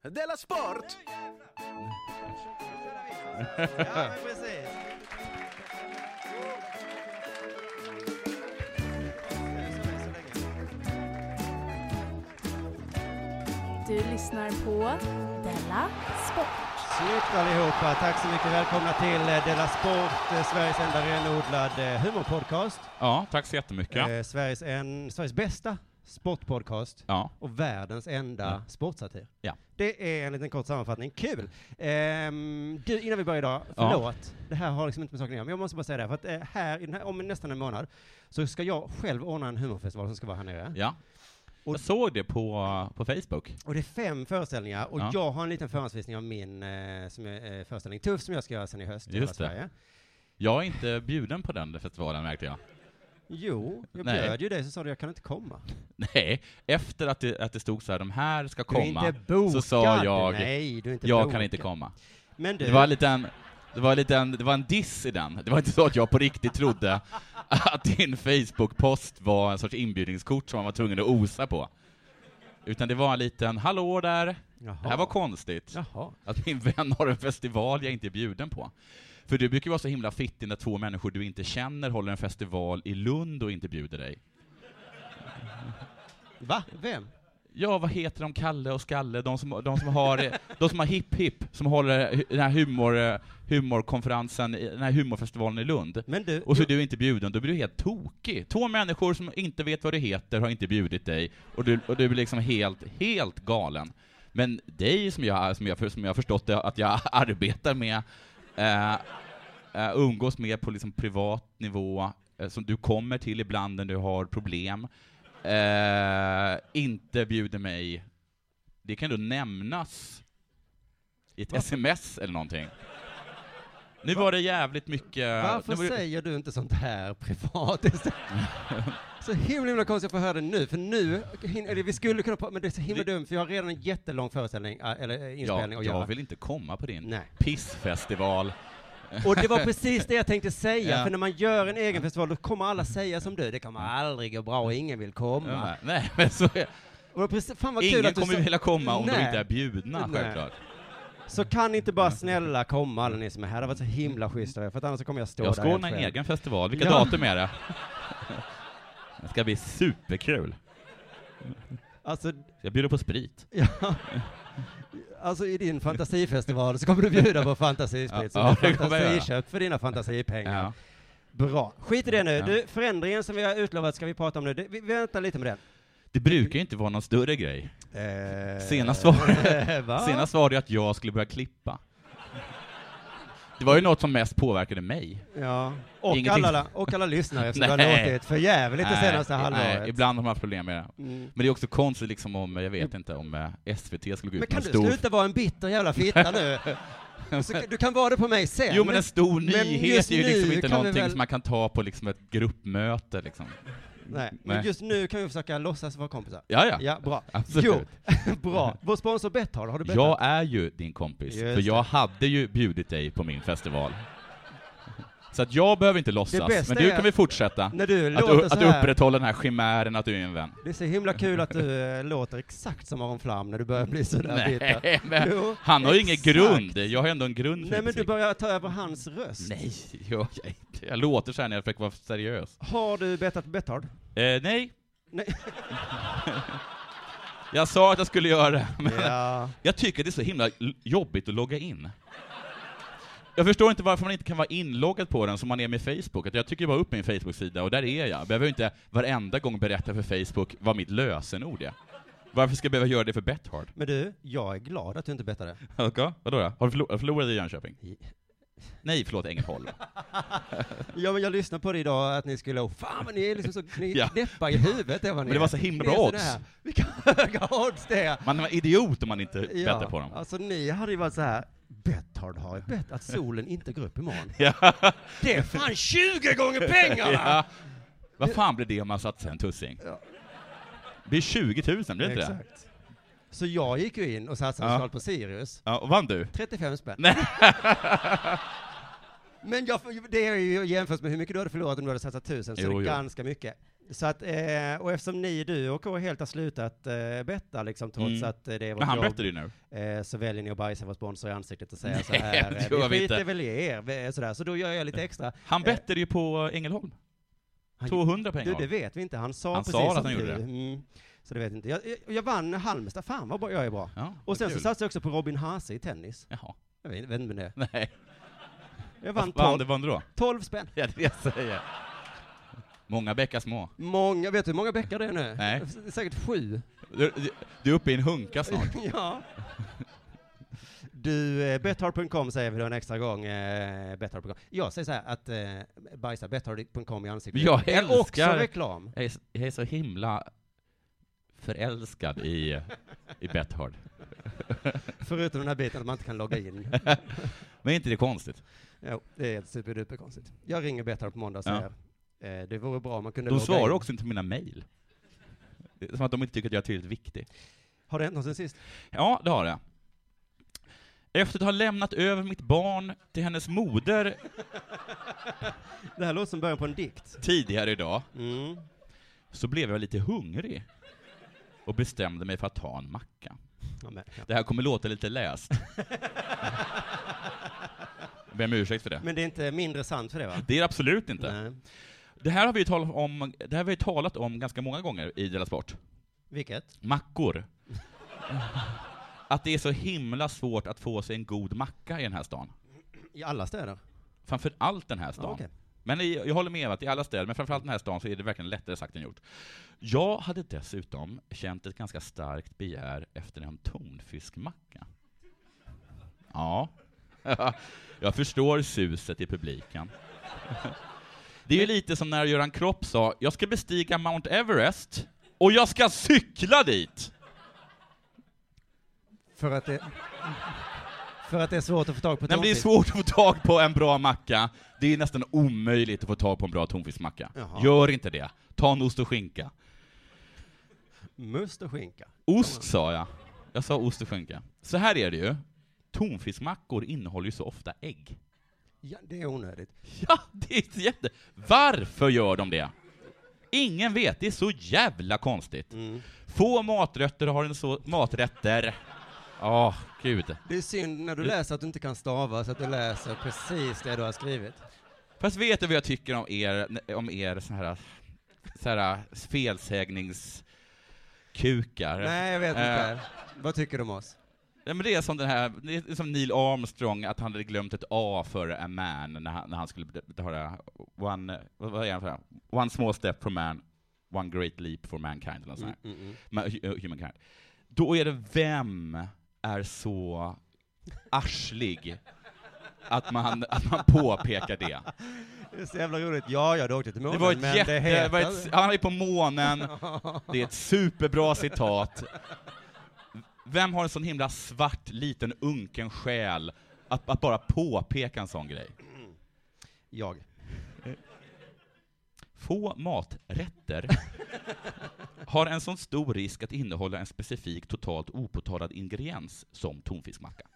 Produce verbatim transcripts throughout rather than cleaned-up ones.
Della Sport! Ja, precis. Du lyssnar på Della Sport. Snyggt allihopa. Tack så mycket. Välkomna till Della Sport, Sveriges enda renodlad humorpodcast. Ja, tack så jättemycket. Eh, Sveriges, en, Sveriges bästa sportpodcast Ja. och världens enda Ja. sportsatir. Ja. Det är en liten kort sammanfattning. Kul! Ehm, du, innan vi börjar idag, förlåt. Ja. Det här har liksom inte med saken att göra, men jag måste bara säga det. För att eh, här, i den här, om nästan en månad, så ska jag själv ordna en humorfestival som ska vara här nere. Ja. Och, jag såg det på, på Facebook. Och det är fem föreställningar, och Ja. jag har en liten förhandsvisning av min eh, som är, eh, föreställning Tuff, som jag ska göra sen i höst i hela Just det. Sverige. Jag är inte bjuden på den festivalen, märkte jag. Jo, jag Nej. bjöd ju dig, så sa du jag kan inte komma. Nej, efter att det, att det stod så här, de här ska Du är komma, inte bokad. så sa jag, Nej, du är inte jag bokad. kan inte komma. Men du, Det var en liten, det var en liten, det var en diss i den. Det var inte så att jag på riktigt trodde att din Facebook-post var en sorts inbjudningskort som man var tvungen att osa på. Utan det var en liten, hallå där, Jaha. det här var konstigt. Jaha. Att min vän har en festival jag inte är bjuden på. För det brukar vara så himla fittigt när två människor du inte känner håller en festival i Lund och inte bjuder dig. Va? Vem? Ja, vad heter de? Kalle och Skalle? De som, de som har, de som har Hip Hip, som håller den här humor, humorkonferensen, den här humorfestivalen i Lund. Men du, Och så är du inte bjuden, då blir du helt tokig. Två människor som inte vet vad det heter har inte bjudit dig, och du, och du blir liksom helt, helt galen. Men dig som jag, som jag, som jag har förstått det, att jag arbetar med, eh, eh, umgås med på liksom privat nivå, eh, som du kommer till ibland när du har problem, eh, inte bjuder mig. Det kan då nämnas i ett Varför? sms eller någonting. Nu var det jävligt mycket... varför nu var det... säger du inte sånt här privat istället? Så himla, himla konstigt att få höra det nu, för nu, hin- eller vi skulle kunna, men det är så himla Det- dumt, för jag har redan en jättelång föreställning, äh, eller äh, inspelning Ja, att göra. jag vill inte komma på din Nej. pissfestival. Och det var precis det jag tänkte säga, Ja. för när man gör en egen festival, då kommer alla säga som du, det kommer aldrig gå bra och ingen vill komma. Ja, nej, men så är... Och då precis, fan vad kul Ingen att du kommer sa- vilja komma om Nej. de inte är bjudna, Nej. självklart. Så kan inte bara snälla komma alla ni som är här, det har varit så himla schysst av er, för att annars så kommer jag stå Jag där ska ordna helt en själv. egen festival. Vilka Ja. datum är det? Det ska bli superkul. Alltså, Jag bjuder på sprit. ja. Alltså i din fantasifestival så kommer du bjuda på fantasisprit, så Ja, det är ja, det kommer jag göra. fantasiköp för dina fantasipengar. Ja. Bra. Skit i det nu. Ja. Du, förändringen som vi har utlovat ska vi prata om nu. Det, vi, vi väntar lite med den. Det brukar ju inte vara någon större grej. Eh, Senast var, va? senast var det att jag skulle börja klippa. Det var ju något som mest påverkade mig. Ja. Och, Ingenting. alla, och alla lyssnare som har Nej. låtit för jävligt det Nej, senaste halvåret. Nej, ibland har man haft problem med det. Mm. Men det är också konstigt liksom om, jag vet inte, om eh, S V T skulle gå Men ut kan med du en stor... sluta vara en bitter jävla fitta nu? Så, du kan vara det på mig sen. Jo, men en stor men nyhet just är ju liksom nu inte kan vi någonting väl- som man kan ta på liksom ett gruppmöte liksom. Nej, men Nej. just nu kan vi försöka låtsas vara kompisar. Ja, ja. Ja, bra. Absolut. Jo, bra. Vår sponsor Betthard, har du bettat? Jag är ju din kompis, Just för jag det. hade ju bjudit dig på min festival. Så att jag behöver inte Det låtsas, bästa men du är kan vi fortsätta. När du Att, låter du, så att du här, upprätthåller den här chimären att du är en vän. det är så himla kul att du äh, låter exakt som Aron Flam när du börjar bli sådär bitter. Nej, men Jo, han har ju ingen exakt. grund. Jag har ändå en grund för Nej, men du musik. börjar ta över hans röst. Nej, jag, jag, inte. jag låter så här när jag försöker vara seriös. Har du bettat på Betthard? Eh, nej, Nej. jag sa att jag skulle göra det, men Ja. jag tycker det är så himla l- jobbigt att logga in. Jag förstår inte varför man inte kan vara inloggad på den som man är med Facebook. Att jag tycker bara upp min Facebook-sida och där är jag. Jag behöver inte varenda gång berätta för Facebook vad mitt lösenord är. Varför ska jag behöva göra det för Betthard? Men du, jag är glad att du inte bettade. Okay. Vadå då? Har du förlor- förlorat i Jönköping? I- Nej, förlåt, Ängelholm. Ja, men jag lyssnade på det idag att ni skulle, oh, fan men ni är liksom så, ni är Ja. knäppa i huvudet. Det var ni Men det var är. så himla Ni är bra sådär, odds. Vilka höga odds det är. Man är idiot om man inte Ja, bettar på dem. alltså ni hade ju varit så här. Betthard har ett bett att solen inte går upp imorgon. Ja. Det är fan tjugo gånger pengarna! Ja. Vad fan blir det om man satsar en tussing? Ja. Det blir tjugo tusen, blir det inte det? Exakt. Så jag gick ju in och satsade Ja. ja. på Sirius. Ja, och vann du? trettiofem spänn. Nej. Men jag, det är ju jämfört med hur mycket du hade förlorat om du hade satsat tusen, så Jo, det är jo. ganska mycket. Så att, eh, och eftersom ni, du och K helt har slutat eh, betta, liksom, trots Mm. att eh, det är vårt Men han jobb, bettar ju nu. eh, så väljer ni att bajsa vår sponsor i ansiktet och säga Nej, så här, det eh, gör vi vi skiter inte. väl i er, sådär. Så då gör jag lite extra. Han Eh, bettade ju på Ängelholm. Han- tvåhundra Du, pengar. det vet vi inte. Han sa Han precis sa att som han du. gjorde det. Mm. Så det vet inte. Jag, jag, jag vann Halmstad. Fan vad bra jag är bra. Ja, Och sen kul. så satsade jag också på Robin Haase i tennis. Jaha. Jag vet, vet inte med det. Nej. Jag vann Vad vann tolv, det vann du då? tolv spänn. Ja, det jag säger. Många bäckar små. Många, vet du hur många bäckar det är nu? Nej. Säkert sju. Du, du, du är uppe i en hunka snart. Ja. Du, eh, bethard punkt com säger vi då en extra gång. Eh, bethard punkt com. Jag säger så här att eh, bajsa bethard punkt com i ansiktet. Jag Det är också älskar- reklam. Jag är, så- jag är så himla förälskad i, i Bethard. Förutom den här biten att man inte kan logga in. Men är inte det konstigt? Jo, det är superduper konstigt. Jag ringer Bethard på måndag och Ja. säger eh, det vore bra om man kunde De logga svarar in. också inte på mina mejl. Det är som att de inte tycker att jag är tillräckligt viktig. Har det hänt något sen sist? Ja, det har det. Efter att ha lämnat över mitt barn till hennes moder Det här låter som början på en dikt. tidigare idag, Mm. så blev jag lite hungrig och bestämde mig för att ta en macka. Ja, men, ja. Det här kommer låta lite läst. Jag ber om ursäkt för det. men det är inte mindre sant för det, va? Det är det absolut inte. Nej. Det här har vi talat om, det här har vi talat om ganska många gånger i Della Sport. Vilket? Mackor. Att det är så himla svårt att få sig en god macka i den här stan. I alla städer? Framför allt den här stan. Ja, okej. Men i, jag håller med att i alla städer, men framförallt den här stan, så är det verkligen lättare sagt än gjort. Jag hade dessutom känt ett ganska starkt begär efter en tonfiskmacka. Ja. Jag förstår suset i publiken. Det är ju lite som när Göran Kropp sa, jag ska bestiga Mount Everest och jag ska cykla dit. För att det... För att det är svårt att få tag på Nej, men det är tonfisk. svårt att få tag på en bra macka. Det är nästan omöjligt att få tag på en bra tonfiskmacka. Jaha. Gör inte det. Ta en ost och skinka. Must och skinka. Ost sa jag. Jag sa ost och skinka. Så här är det ju. Tonfiskmackor innehåller ju så ofta ägg. Ja, det är onödigt. Ja, det är jätte... Varför gör de det? Ingen vet. Det är så jävla konstigt. Mm. Få maträtter har en så... Maträtter. Åh, gud. Det är synd när du läser att du inte kan stava, så att du läser precis det du har skrivit. Fast vet du vad jag tycker om er, om er så här, så här felsägningskukar? Nej, jag vet Eh, inte. Vad tycker du om oss? Ja, men det är som den här, det är som Neil Armstrong, att han hade glömt ett A för a man när han, när han skulle höra one, vad vad är han för? One small step for man, one great leap for mankind eller något sånt Mm, mm, mm. här. Ma- hu- Humankind. Då är det, vem är så arslig att man, att man påpekar det? Det är så jävla roligt. Ja, jag åkte till månen, Det var ett men jätte, det det heter... var ett, han är på månen, det är ett superbra citat. Vem har en sån himla svart, liten, unken själ att, att bara påpeka en sån grej? Jag. Få maträtter har en sån stor risk att innehålla en specifik totalt opåtalad ingrediens som tonfiskmacka.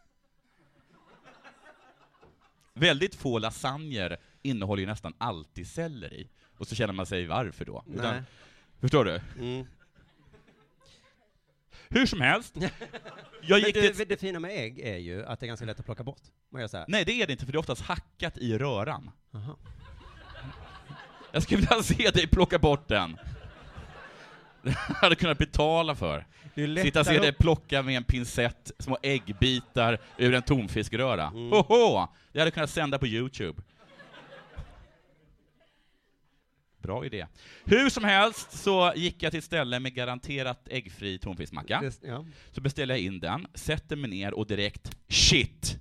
Väldigt få lasagner innehåller ju nästan alltid selleri. Och så känner man sig, varför då? Nej. Utan, förstår du? Mm. Hur som helst. Jag Men gick det, till... det fina med ägg är ju att det är ganska lätt att plocka bort. Må jag säga. Nej, det är det inte, för det är oftast hackat i röran. Aha. Jag skulle vilja se dig plocka bort den. Det hade kunnat betala för. Det är ju Sitta och se lättare dig plocka med en pincett små äggbitar ur en tonfiskröra. Mm. Hoho! Det hade kunnat sända på YouTube. Bra idé. Hur som helst så gick jag till ett ställe med garanterat äggfri tonfiskmacka. Det, ja. Så beställde jag in den, sätter mig ner och direkt, shit!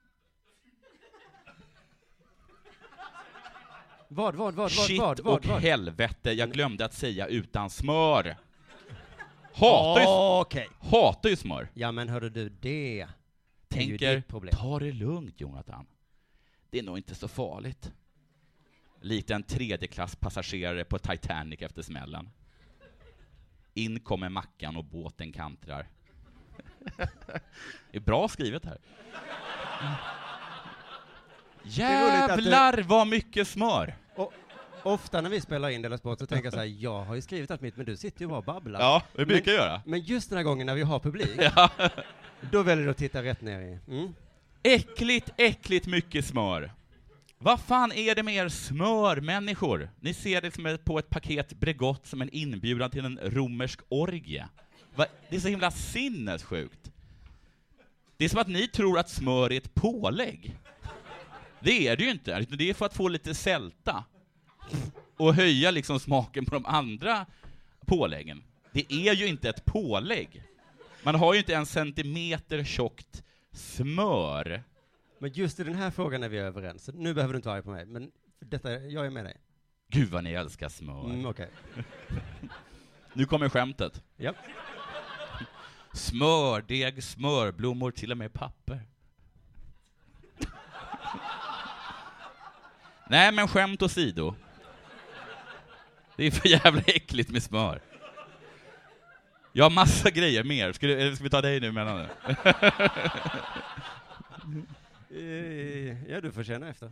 Vad, vad, vad, Shit vad, vad, vad, och vad? helvete, jag glömde att säga utan smör. Hatar ju, Okej. hatar ju smör. Ja, men hörde du, det är ju Tänker, ditt problem. ta det lugnt Jonathan. Det är nog inte så farligt. Likt en tredjeklasspassagerare på Titanic efter smällen. In kommer mackan och båten kantrar. Det är bra skrivet här. är roligt att Jävlar vad mycket smör! Och, ofta när vi spelar in Della Sport så tänker jag så här, jag har ju skrivit allt mitt, men du sitter ju bara och babblar. Ja, det brukar men, göra. Men just den här gången när vi har publik, Ja. då väljer du att titta rätt ner i. Mm. Äckligt, äckligt mycket smör. Vad fan är det med er smörmänniskor? Ni ser det som ett, på ett paket Bregott som en inbjudan till en romersk orgie. Va? Det är så himla sinnessjukt. Det är som att ni tror att smör är ett pålägg. Det är det ju inte. Det är för att få lite sälta. Och höja liksom smaken på de andra påläggen. Det är ju inte ett pålägg. Man har ju inte en centimeter tjockt smör. Men just i den här frågan är vi överens. Så nu behöver du inte vara arg på mig, men detta, jag är med dig. Gud vad ni älskar smör. Mm, okej. Nu kommer skämtet. Ja. Smördeg, smörblommor, till och med papper. Nej, men skämt åsido. Det är för jävla äckligt med smör. Jag har massa grejer mer. Ska, du, ska vi ta dig nu mellan det? Uh, ja, du får känna efter.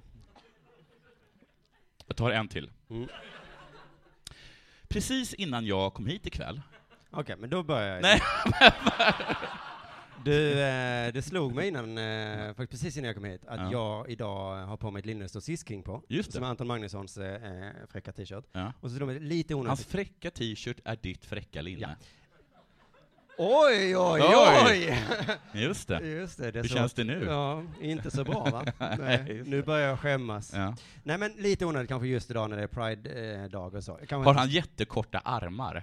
Jag tar en till. Mm. Precis innan jag kom hit ikväll. Okej, okay, men då börjar jag. Nej. Du, eh, det slog mig innan, eh, faktiskt precis innan jag kom hit, att Ja. jag idag har på mig ett linne och Sis King på. Just det. Som är Anton Magnussons eh, fräcka t-shirt. Ja. Och så slog mig lite onödigt. Hans fräcka t-shirt är ditt fräcka linne. Ja. Oj, oj, Oj. oj! Just det. Just det, det är Hur så, känns det nu? Ja, inte så bra va? Nej, nu börjar jag skämmas. Ja. Nej, men lite onödigt kanske just idag när det är Pride-dag och så. Kanske Har han jättekorta armar?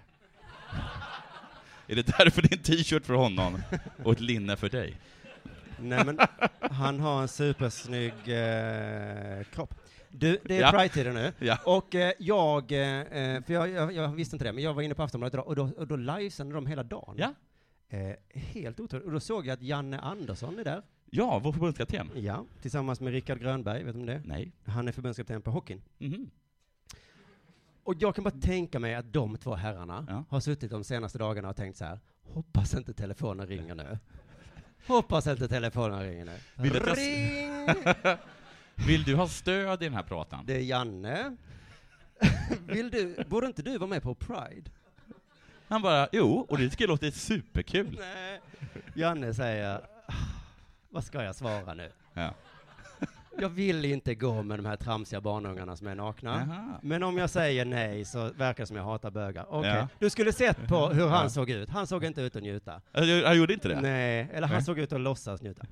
Är det därför det är en t-shirt för honom och ett linne för dig? Nej, men han har en supersnygg eh, kropp. Du, det är Ja. Pride-tiden nu. Ja. Och eh, jag, eh, för jag, jag, jag visste inte det, men jag var inne på Aftonbladet idag och då, och då livesände de hela dagen. Ja. Eh, helt otroligt. Och då såg jag att Janne Andersson är där. Ja, vår förbundskapten. Ja, tillsammans med Rickard Grönberg, vet du om det? Nej. Han är förbundskapten på hockeyn. Mhm. Och jag kan bara tänka mig att de två herrarna Ja. har suttit de senaste dagarna och tänkt så här: hoppas inte telefonen ringer nu. Hoppas inte telefonen ringer nu. Vill att jag s- Ring! Vill du ha stöd i den här pratan? Det är Janne. Vill du, borde inte du vara med på Pride? Han bara, jo, och det skulle låta superkul. Nej. Janne säger, "Ah, vad ska jag svara nu? Ja. Jag vill inte gå med de här tramsiga barnungarna som är nakna. Jaha. Men om jag säger nej så verkar det som jag hatar bögar. Okej, Ja. du skulle sett på hur han Ja. såg ut. Han såg inte ut att njuta. Jag, jag gjorde inte det? Nej, eller han Nej. såg ut att låtsas njuta.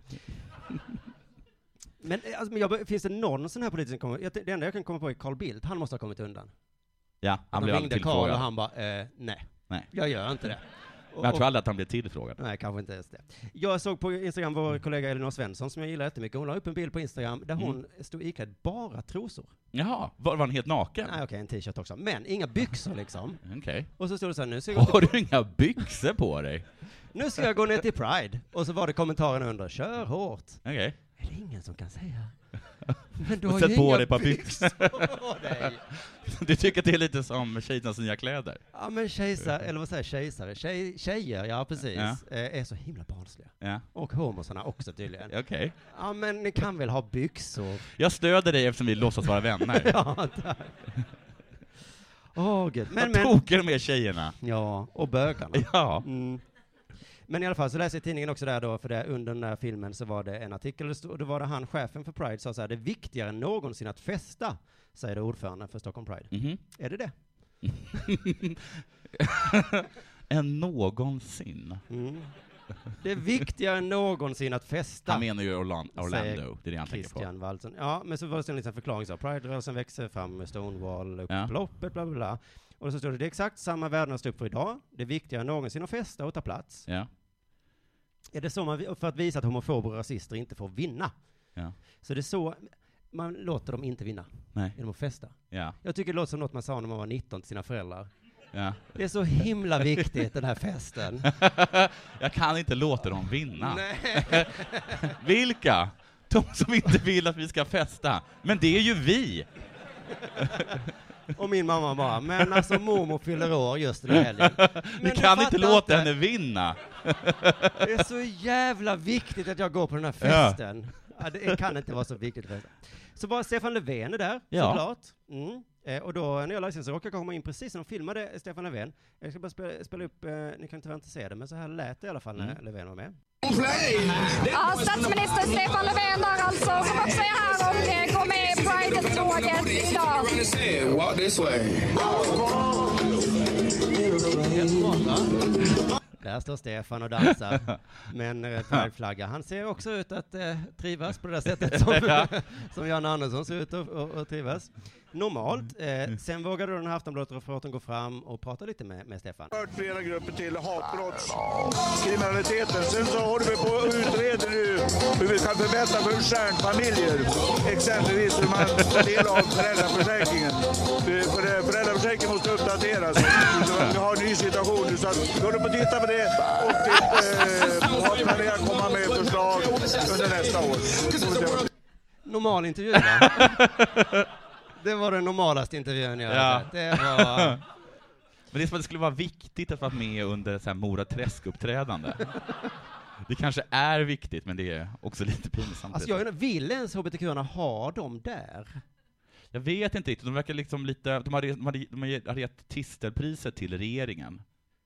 Men, eh, alltså, men jag, finns det någon sån här politisk som kommer, jag, det enda jag kan komma på är Carl Bildt. Han måste ha kommit undan. Ja, han De blev aldrig ringde Carl tillfrågad. och han bara, eh, nej, Nej. jag gör inte det. Men jag tror aldrig att han blev tillfrågad. Nej, kanske inte ens det. Jag såg på Instagram vår kollega Elinor Svensson, som jag gillar jättemycket. Hon la upp en bild på Instagram där hon Mm. stod iklädd bara trosor. Jaha, var, var han helt naken? Nej, okej, en t-shirt också. Men inga byxor liksom. Okej. Och så stod det så här, nu ska jag gå, Har du inga byxor på dig? nu ska jag gå ner till Pride. Och så var det kommentaren under, kör hårt. Okej. Är det ingen som kan säga? Men du Och har sätt ju på inga dig ett par byxor på dig. Du tycker att det är lite som Tjejernas nya kläder? Ja, men kejsare, eller vad säger kejsare? Tjej, tjejer, ja precis, Ja. eh, är så himla barnsliga. Ja, Och homosarna också tydligen. okej. Ja, men ni kan väl ha byxor? Jag stöder dig eftersom vi låtsas vara vänner. Ja, tack. Åh, gud. Men, Vad men. tokiga de är tjejerna. Ja, och bögarna. Ja. Mm. Men i alla fall så läser jag i tidningen också där då, för det, under den här filmen så var det en artikel, och stod- då var det han, chefen för Pride, sa så här: det är viktigare än någonsin att festa, säger det ordföranden för Stockholm Pride. Mhm. Är det det? Än någonsin. Mm. Det är viktigare än någonsin att festa. Han menar ju Orlan- Orlando, Säger det är det han tänker på. Christian Waldson. Ja, men så var det en liten förklaring så. Pride-rörelsen växer fram med Stonewall, Ja. upploppet, bla bla bla. Och så står det, det är exakt samma värden att stå upp för idag. Det är viktigare än någonsin att festa och ta plats. Ja. Är det så man, för att visa att homofober och rasister inte får vinna? Ja. Så det är så man låter dem inte vinna, Nej. genom att festa. Ja. Jag tycker det låter som något man sa när man var nitton till sina föräldrar. Ja. Det är så himla viktigt, den här festen. Jag kan inte låta dem vinna. Nej. Vilka? De som inte vill att vi ska festa. Men det är ju vi. Och min mamma bara, men alltså mormor fyller år just den här helgen. Vi Men kan du inte fattar låta henne vinna. Det är så jävla viktigt att jag går på den här festen. Ja, det kan inte vara så viktigt. För så bara Stefan Löfven är där, Ja. såklart. Mm. Eh, och då när jag läste så råkade jag komma in precis när de filmade Stefan Löfven. Jag ska bara spela, spela upp, eh, ni kan tyvärr inte se det, men så här lät det i alla fall när mm. Löfven var med. Ja, statsminister Stefan Löfven där alltså, som också är här och eh, går med i Pride-tåget idag. Walk this way. Där står Stefan och dansar med en eh, Pride-flagga. Han ser också ut att eh, trivas på det där sättet som, som Jan Andersson ser ut att och, och trivas. Normalt. Eh, sen vågade den här Aftonbladet-reportern gå fram och prata lite med, med Stefan. Jag har hört flera grupper till hatbrottskriminaliteten. Sen så håller vi på att utreda nu hur vi kan förbättra för kärnfamiljer. Exempelvis hur man tar del av föräldraförsäkringen. För föräldraförsäkringen måste uppdateras. Vi har en ny situation nu, så att vi håller på att titta på det och eh, planerar att komma med förslag under nästa år. Normal intervju, va? Det var den normalaste intervjun jag ja. hade. Det var... Men det är som att det skulle vara viktigt att vara med under så här Mora Träsk-uppträdande. Det kanske är viktigt, men det är också lite pinsamt. Alltså jag vill ens H B T Q-arna ha dem där? Jag vet inte riktigt. De verkar liksom lite... De har, de har, de har gett Tistelpriset till regeringen.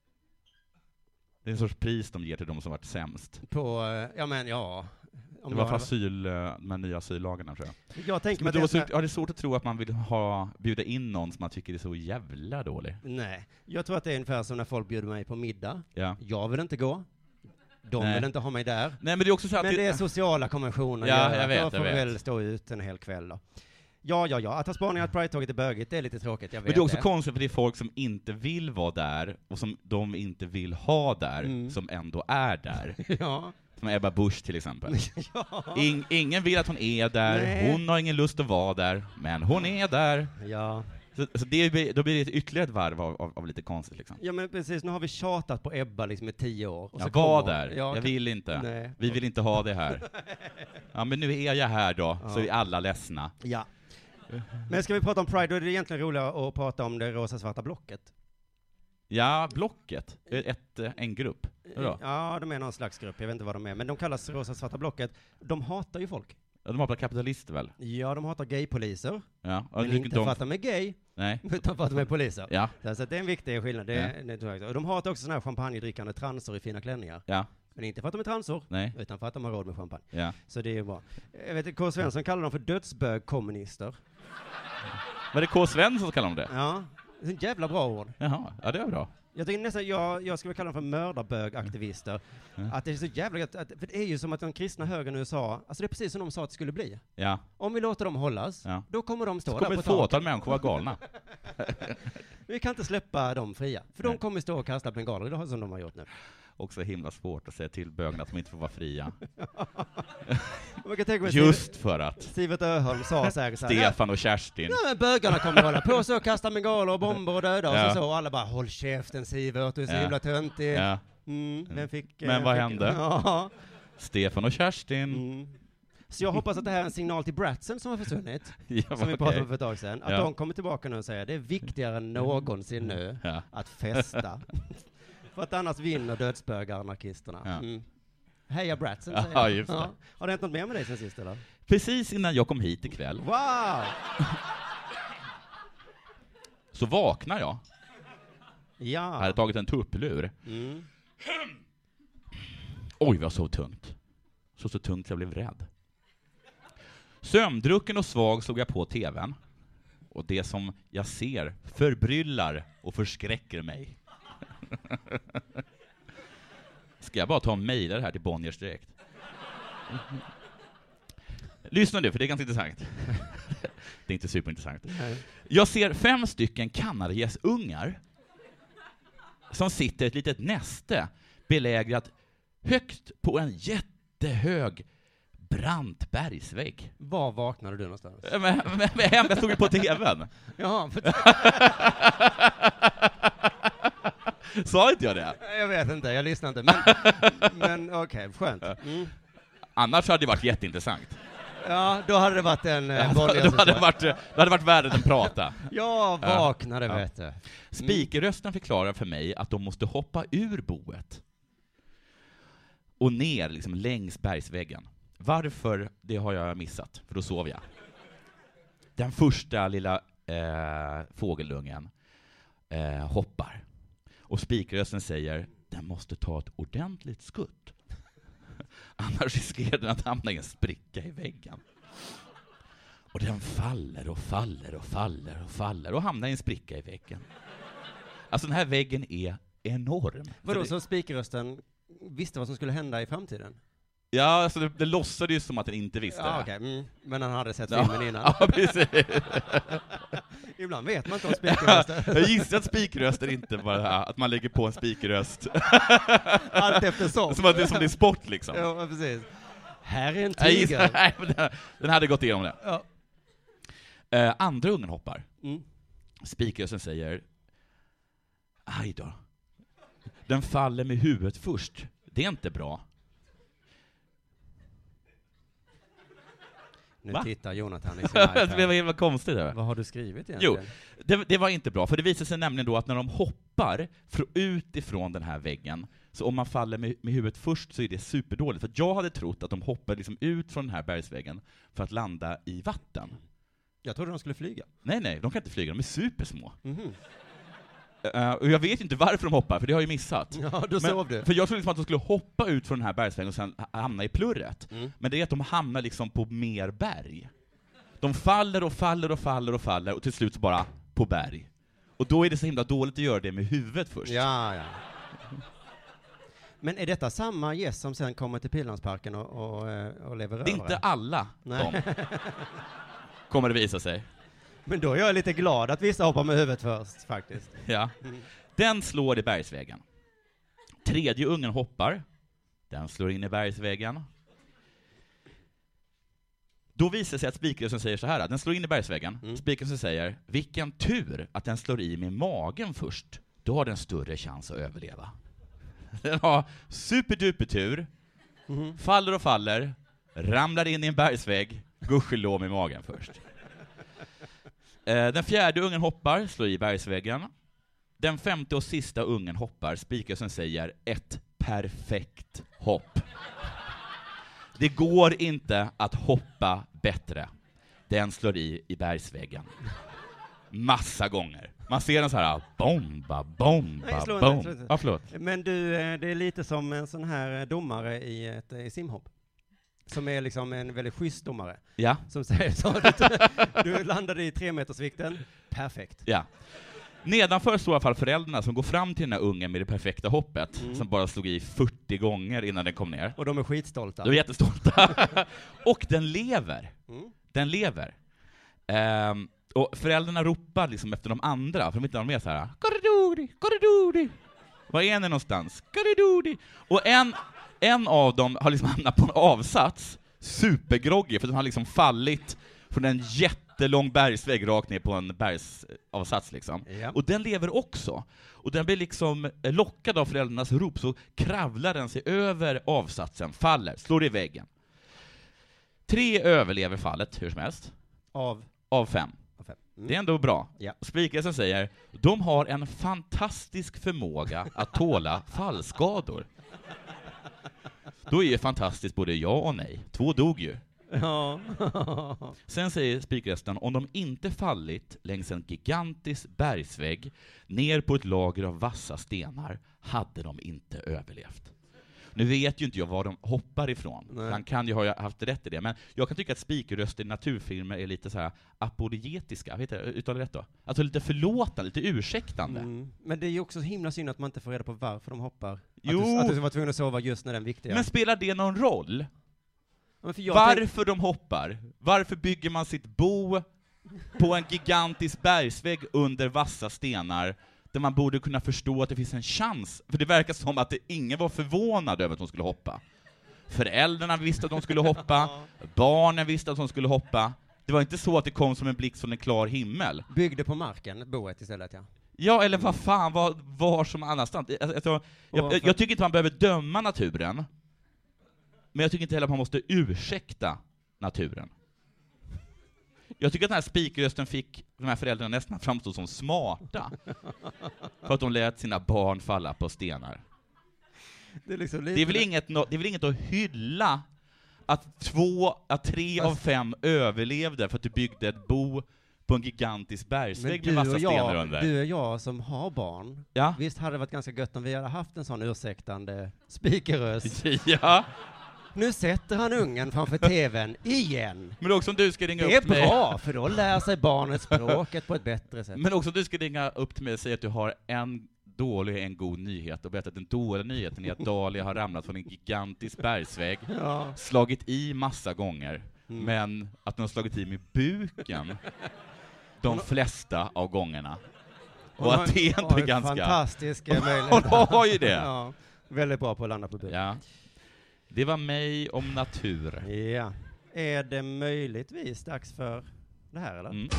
Det är en sorts pris de ger till de som varit sämst. På... Ja, men ja... Om det var för asyl, de nya asyllagarna, tror jag. Jag tänker men det då så, har det svårt att tro att man vill ha, bjuda in någon som man tycker är så jävla dålig. Nej, jag tror att det är ungefär som när folk bjuder mig på middag. Ja. Jag vill inte gå. De Nej. vill inte ha mig där. Nej, men det är också så att men det, det är sociala konventioner. Ja, jag, jag vet, jag får jag vet. väl stå ut en hel kväll då. Ja, ja, ja. Att ha spaningar att Pride-tåget är bögigt, det är lite tråkigt, jag vet. Men det är också det. konstigt, för det är folk som inte vill vara där och som de inte vill ha där, mm. som ändå är där. Ja. Som Ebba Busch till exempel. Ja. In, ingen vill att hon är där, Nej. hon har ingen lust att vara där, men hon är där. Ja. Så, så det, då blir det ett ytterligare ett varv av, av, av lite konstigt liksom. Ja, men precis, nu har vi tjatat på Ebba liksom i tio år. Och jag så var kommer, där, ja, jag vill inte. Nej. Vi vill inte ha det här. Ja, men nu är jag här då, ja. så är alla ledsna. Ja. Men ska vi prata om Pride, då är det egentligen roligare att prata om det rosa-svarta blocket. Ja, blocket. Ett, en grupp. Hurra. Ja, de är någon slags grupp, jag vet inte vad de är. Men de kallas rosa-svarta blocket. De hatar ju folk. De hatar kapitalister väl? Ja, de hatar gaypoliser. Ja. Men inte de... för att de är gay, Nej. utan för att de är poliser. Ja. Så att det är en viktig skillnad. Det, Ja. det tror jag. Och de hatar också såna här champagnedrickande transor i fina klänningar. Ja. Men inte för att de är transor, Nej. utan för att de har råd med champagne. Ja. Så det är bra. Jag vet, K. Svensson kallar dem för dödsbög-kommunister. Var det K. Svensson som kallar de det? Ja, det är ett jävla bra ord. Jaha, ja det är bra. Jag tycker nästan, jag, jag skulle kalla dem för mördarbögaktivister. Mm. Att det är så jävla gött, att, för det är ju som att den kristna högern i U S A, alltså det är precis som de sa att det skulle bli. Ja. Om vi låter dem hållas, Ja. då kommer de stå Så där kommer på ett fåtal taket. människor vara galna. Vi kan inte släppa dem fria, för Nej. de kommer stå och kasta bengaler, det har som de har gjort nu. Också himla svårt att säga till bögarna att de inte får vara fria. Man kan tänka mig Just för att Sivert Öholm sa säkert så här, Stefan och Kerstin. ja, men bögarna kommer hålla på så, kasta bengaler och bomber och döda och Ja. så, så, och alla bara, håll käften Sivert, du är så Ja. himla töntig. Ja. Mm, vem fick, Men eh, vad fick, hände? Ja. Stefan och Kerstin. Mm. Så jag hoppas att det här är en signal till Bratsen som har försvunnit, Ja, som vi okej. pratade om för ett tag sedan, att Ja. de kommer tillbaka nu och säger det är viktigare än någonsin nu Ja. att festa. För att annars vinner dödsbögar anarkisterna. Ja. Mm. Heja Bratsen, Ja, säger jag. just det. Har det hänt något mer med dig sen sist eller? Precis innan jag kom hit ikväll Wow! så vaknar jag. Jag Ja. hade tagit en tupplur. Mm. Oj, vad så tungt. Så så tungt jag blev rädd. Sömndrucken och svag slog jag på tvn. Och det som jag ser förbryllar och förskräcker mig. Ska jag bara ta och mejla det här till Bonniers direkt? Lyssna nu, för det är ganska intressant. Det är inte superintressant. Nej. Jag ser fem stycken kanariäsungar som sitter i ett litet näste belägrat högt på en jättehög brant bergsvägg. Var vaknade du någonstans? Men, men, men hem, jag stod ju på tvn. Jaha, för... Sa inte jag det? jag vet inte, jag lyssnar inte. Men, men okej, okay, skönt. Mm. Annars hade det varit jätteintressant. Ja, då hade det varit en eh, Då hade det varit, det hade varit värre än prata. Jag vaknade, Ja. vet du. Mm. Spikerrösten förklarar för mig att de måste hoppa ur boet och ner liksom längs bergsväggen. Varför, det har jag missat, för då sov jag. Den första lilla eh, fågelungen eh, hoppar. Och spikrösten säger, den måste ta ett ordentligt skutt. Annars riskerar den att hamna i en spricka i väggen. Och den faller och faller och faller och faller och hamnar i en spricka i väggen. Alltså den här väggen är enorm. Vadå, det... så spikrösten visste vad som skulle hända i framtiden? Ja, alltså det, det låtsade ju som att den inte visste. Ja, okej. Mm. Men han hade sett Ja. filmen innan. Ja, precis. Ibland vet man inte om spikröster. Jag gissar att spikröster inte bara det här, att man lägger på en spikröst. Allt eftersom. Som att det är som det är sport liksom. Ja, precis. Här är en Jag gissar, tiger. nej, men den, den hade gått igenom det. Ja. Eh, andra ungen hoppar. Mm. Spikrösten säger, aj då. Den faller med huvudet först. Det är inte bra. Nu Va? tittar Jonathan i sin Det iPad. var vad konstigt det. Vad har du skrivit Jo, egentligen? det, det var inte bra, för det visar sig nämligen då att när de hoppar för ut ifrån den här väggen, så om man faller med, med huvudet först så är det superdåligt. För jag hade trott att de hoppade liksom ut från den här bergsväggen för att landa i vatten. Jag trodde de skulle flyga. Nej, nej, de kan inte flyga, de är supersmå. Mhm. Uh, och jag vet inte varför de hoppar, för det har jag ju missat. Ja, då sov du. För jag trodde liksom att de skulle hoppa ut från den här bergsväggen och sen hamna i plurret. Mm. Men det är att de hamnar liksom på mer berg. De faller och faller och faller och faller och till slut så bara på berg. Och då är det så himla dåligt att göra det med huvudet först. Ja, ja. Men är detta samma gäst som sen kommer till Pildammsparken och, och, och lever över? Det är inte alla Nej. de. Kommer det visa sig. Men då är jag lite glad att vissa hoppar med huvudet först, faktiskt. Ja. Den slår i bergsväggen. Tredje ungen hoppar. Den slår in i bergsväggen. Då visar sig att spikrösten säger så här. Den slår in i bergsväggen. Mm. Spikrösten säger, vilken tur att den slår i med magen först. Då har den större chans att överleva. Den har superduper tur. Mhm. Faller och faller. Ramlar in i en bergsvägg. Gudskelov med magen först. Den fjärde ungen hoppar, slår i bergsväggen. Den femte och sista ungen hoppar, spikrösten säger, ett perfekt hopp. Det går inte att hoppa bättre. Den slår i i bergsväggen. Massa gånger. Man ser den så här, bomba, bomba, Nej, slå inte, bomba. slå inte. Ja, förlåt. Men du, eh, det är lite som en sån här eh, domare i ett i simhopp. Som är liksom en väldigt schysst domare. Ja, Som säger så, du, du landade i tre metersvikten, perfekt. ja. Nedanför står i alla fall föräldrarna som går fram till den här ungen med det perfekta hoppet, Mm. som bara slog i fyrtio gånger innan den kom ner. Och de är skitstolta. De är jättestolta. Och den lever. Mm. Den lever. Ehm, och föräldrarna ropar liksom efter de andra, för de inte har med så här. Korridori, korridori. Var är ni någonstans? Korridori. Och en, en av dem har liksom hamnat på en avsats, supergroggy, för den har liksom fallit från en jättelång bergsvägg rakt ner på en bergsavsats liksom. Ja. Och den lever också. Och den blir liksom lockad av föräldrarnas rop, så kravlar den sig över avsatsen, faller, slår i väggen. Tre överlever fallet, hur som helst, Av, av fem. av fem. Mm. Det är ändå bra. Ja. Spikrösten säger, de har en fantastisk förmåga att tåla fallskador. Då är ju fantastiskt både ja och nej. Två dog ju. Ja. Sen säger spikrösten, om de inte fallit längs en gigantisk bergsvägg ner på ett lager av vassa stenar hade de inte överlevt. Nu vet ju inte jag var de hoppar ifrån. Nej. Han kan ju ha haft rätt i det, men jag kan tycka att spikröster i naturfilmer är lite så här apologetiska, vet du, uttalar rätt då? Alltså lite förlåtande, lite ursäktande. Mm. Men det är ju också så himla synd att man inte får reda på varför de hoppar. Jo. Att du, att du var tvungen att sova just när den viktiga. Men spelar det någon roll? Ja, men för jag tänk- Varför de hoppar? Varför bygger man sitt bo på en gigantisk bergsvägg under vassa stenar där man borde kunna förstå att det finns en chans? För det verkar som att det, ingen var förvånad över att de skulle hoppa. Föräldrarna visste att de skulle hoppa, barnen visste att de skulle hoppa. Det var inte så att det kom som en blixt från en klar himmel. Byggde på marken, boet istället, ja. Ja, eller vad fan, var, var som annanstans. Alltså, jag, jag, jag tycker inte man behöver döma naturen, men jag tycker inte heller att man måste ursäkta naturen. Jag tycker att den här spikrösten fick de här föräldrarna nästan framstå som smarta för att de lät sina barn falla på stenar. Det är, liksom lite... Det är väl inget, det är väl inget att hylla att två, att tre Fast... av fem överlevde för att du byggde ett bo på en gigantisk bergsvägg med Men massa du och, stenar jag, under. du och jag som har barn, Ja. visst hade det varit ganska gött om vi hade haft en sån ursäktande speakerröst. Ja. Nu sätter han ungen framför tvn igen. Men också om du ska ringa Det är upp mig. bra, för då lär sig barnet språket på ett bättre sätt. Men också om du ska ringa upp till mig och säga att du har en dålig och en god nyhet och berätta att den dåliga nyheten är att Dahlia har ramlat från en gigantisk bergsvägg, Ja. slagit i massa gånger, Mm. men att den har slagit i med buken de flesta av gångerna. Hon Och har- att det är har inte en ganska... fantastisk eh, Hon möjlighet. har ju det. Ja, väldigt bra på att landa på buken. Ja. Det var mig om natur. Ja. Är det möjligtvis dags för det här, eller? Mm.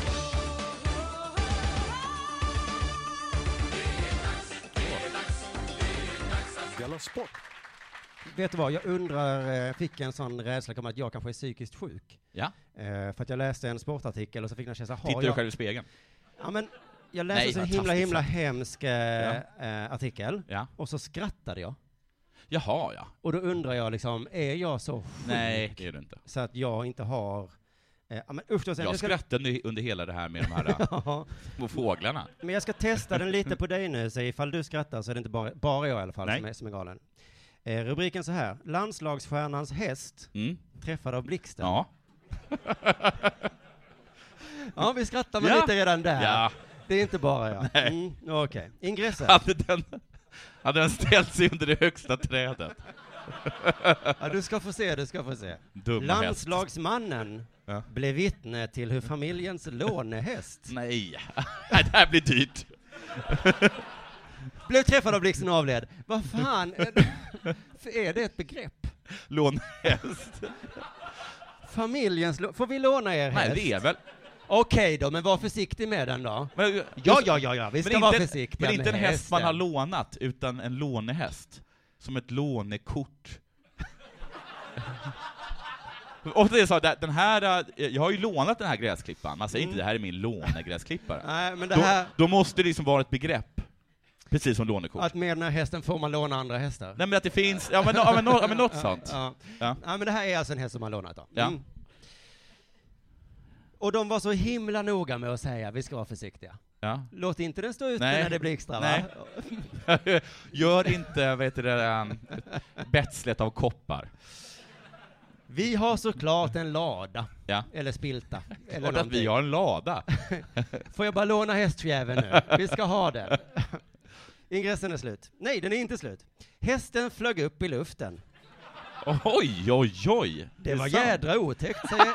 Della Sport. Vet du vad, jag undrar, eh, fick en sån rädsla om att jag kanske är psykiskt sjuk. Ja. Eh, för att jag läste en sportartikel och så fick jag känsla, har Tittar du jag... själv i spegeln? Ja, men jag läste Nej, en så himla, fantastiskt himla sagt. hemsk eh, eh, artikel, Ja. och så skrattade jag. Jaha, ja. Och då undrar jag liksom, är jag så sjuk Nej, det är du inte. så att jag inte har... Eh, ja, men usch då, sen, Jag jag ska, skrattade under hela det här med de här ja, små fåglarna. men jag ska testa den lite på dig nu, så ifall du skrattar så är det inte bara, bara jag i alla fall Nej. som är, som är galen. Eh, rubriken så här, landslagsstjärnans häst Mm. träffad av blixten. Ja. Ja, vi skrattar väl Ja. lite redan där. Ja. Det är inte bara jag. Nej. Mm, Okej, okay. Ingressen. Hade den, hade den ställt sig under det högsta trädet? Ja, du ska få se, du ska få se. Dumma häst. Landslagsmannen Ja. blev vittne till hur familjens lånehäst Nej, Nej, det här blir dyrt. blev träffad av blixten och avled. Vad fan, är det, för är det ett begrepp? Lånhäst. Familjens lå- får vi låna er häst? Nej, det är väl... Okej då, men var försiktig med den då. Men, Ja, ja, ja, ja, vi ska men vara inte, försiktiga Men inte med en häst man har hästen. lånat, utan en lånehäst. Som ett lånekort. Och det är så, den här, jag har ju lånat den här gräsklippan. Man säger Mm. inte det här är min lånegräsklippare. Nej, men det Då, här, då måste det liksom vara ett begrepp. Precis som lånekort. att med den här hästen får man låna andra hästar. Nej, men att det finns, ja men, ja, men, nå- ja, men något sånt. Ja. Ja. Ja, men det här är alltså en häst som man lånat då. Ja. Mm. Och de var så himla noga med att säga, vi ska vara försiktiga. Ja. Låt inte den stå ute Nej. när det blir extra, va? Nej. Gör inte, vad heter det, um, betslet av koppar. Vi har såklart en lada. Ja. Eller spilta. Eller Klart att någonting. vi har en lada. Får jag bara låna hästjäveln nu? Vi ska ha den. Ingressen är slut. Nej, den är inte slut. Hästen flög upp i luften. Oj, oj, oj. Det är var sant. jädra otäckt, säger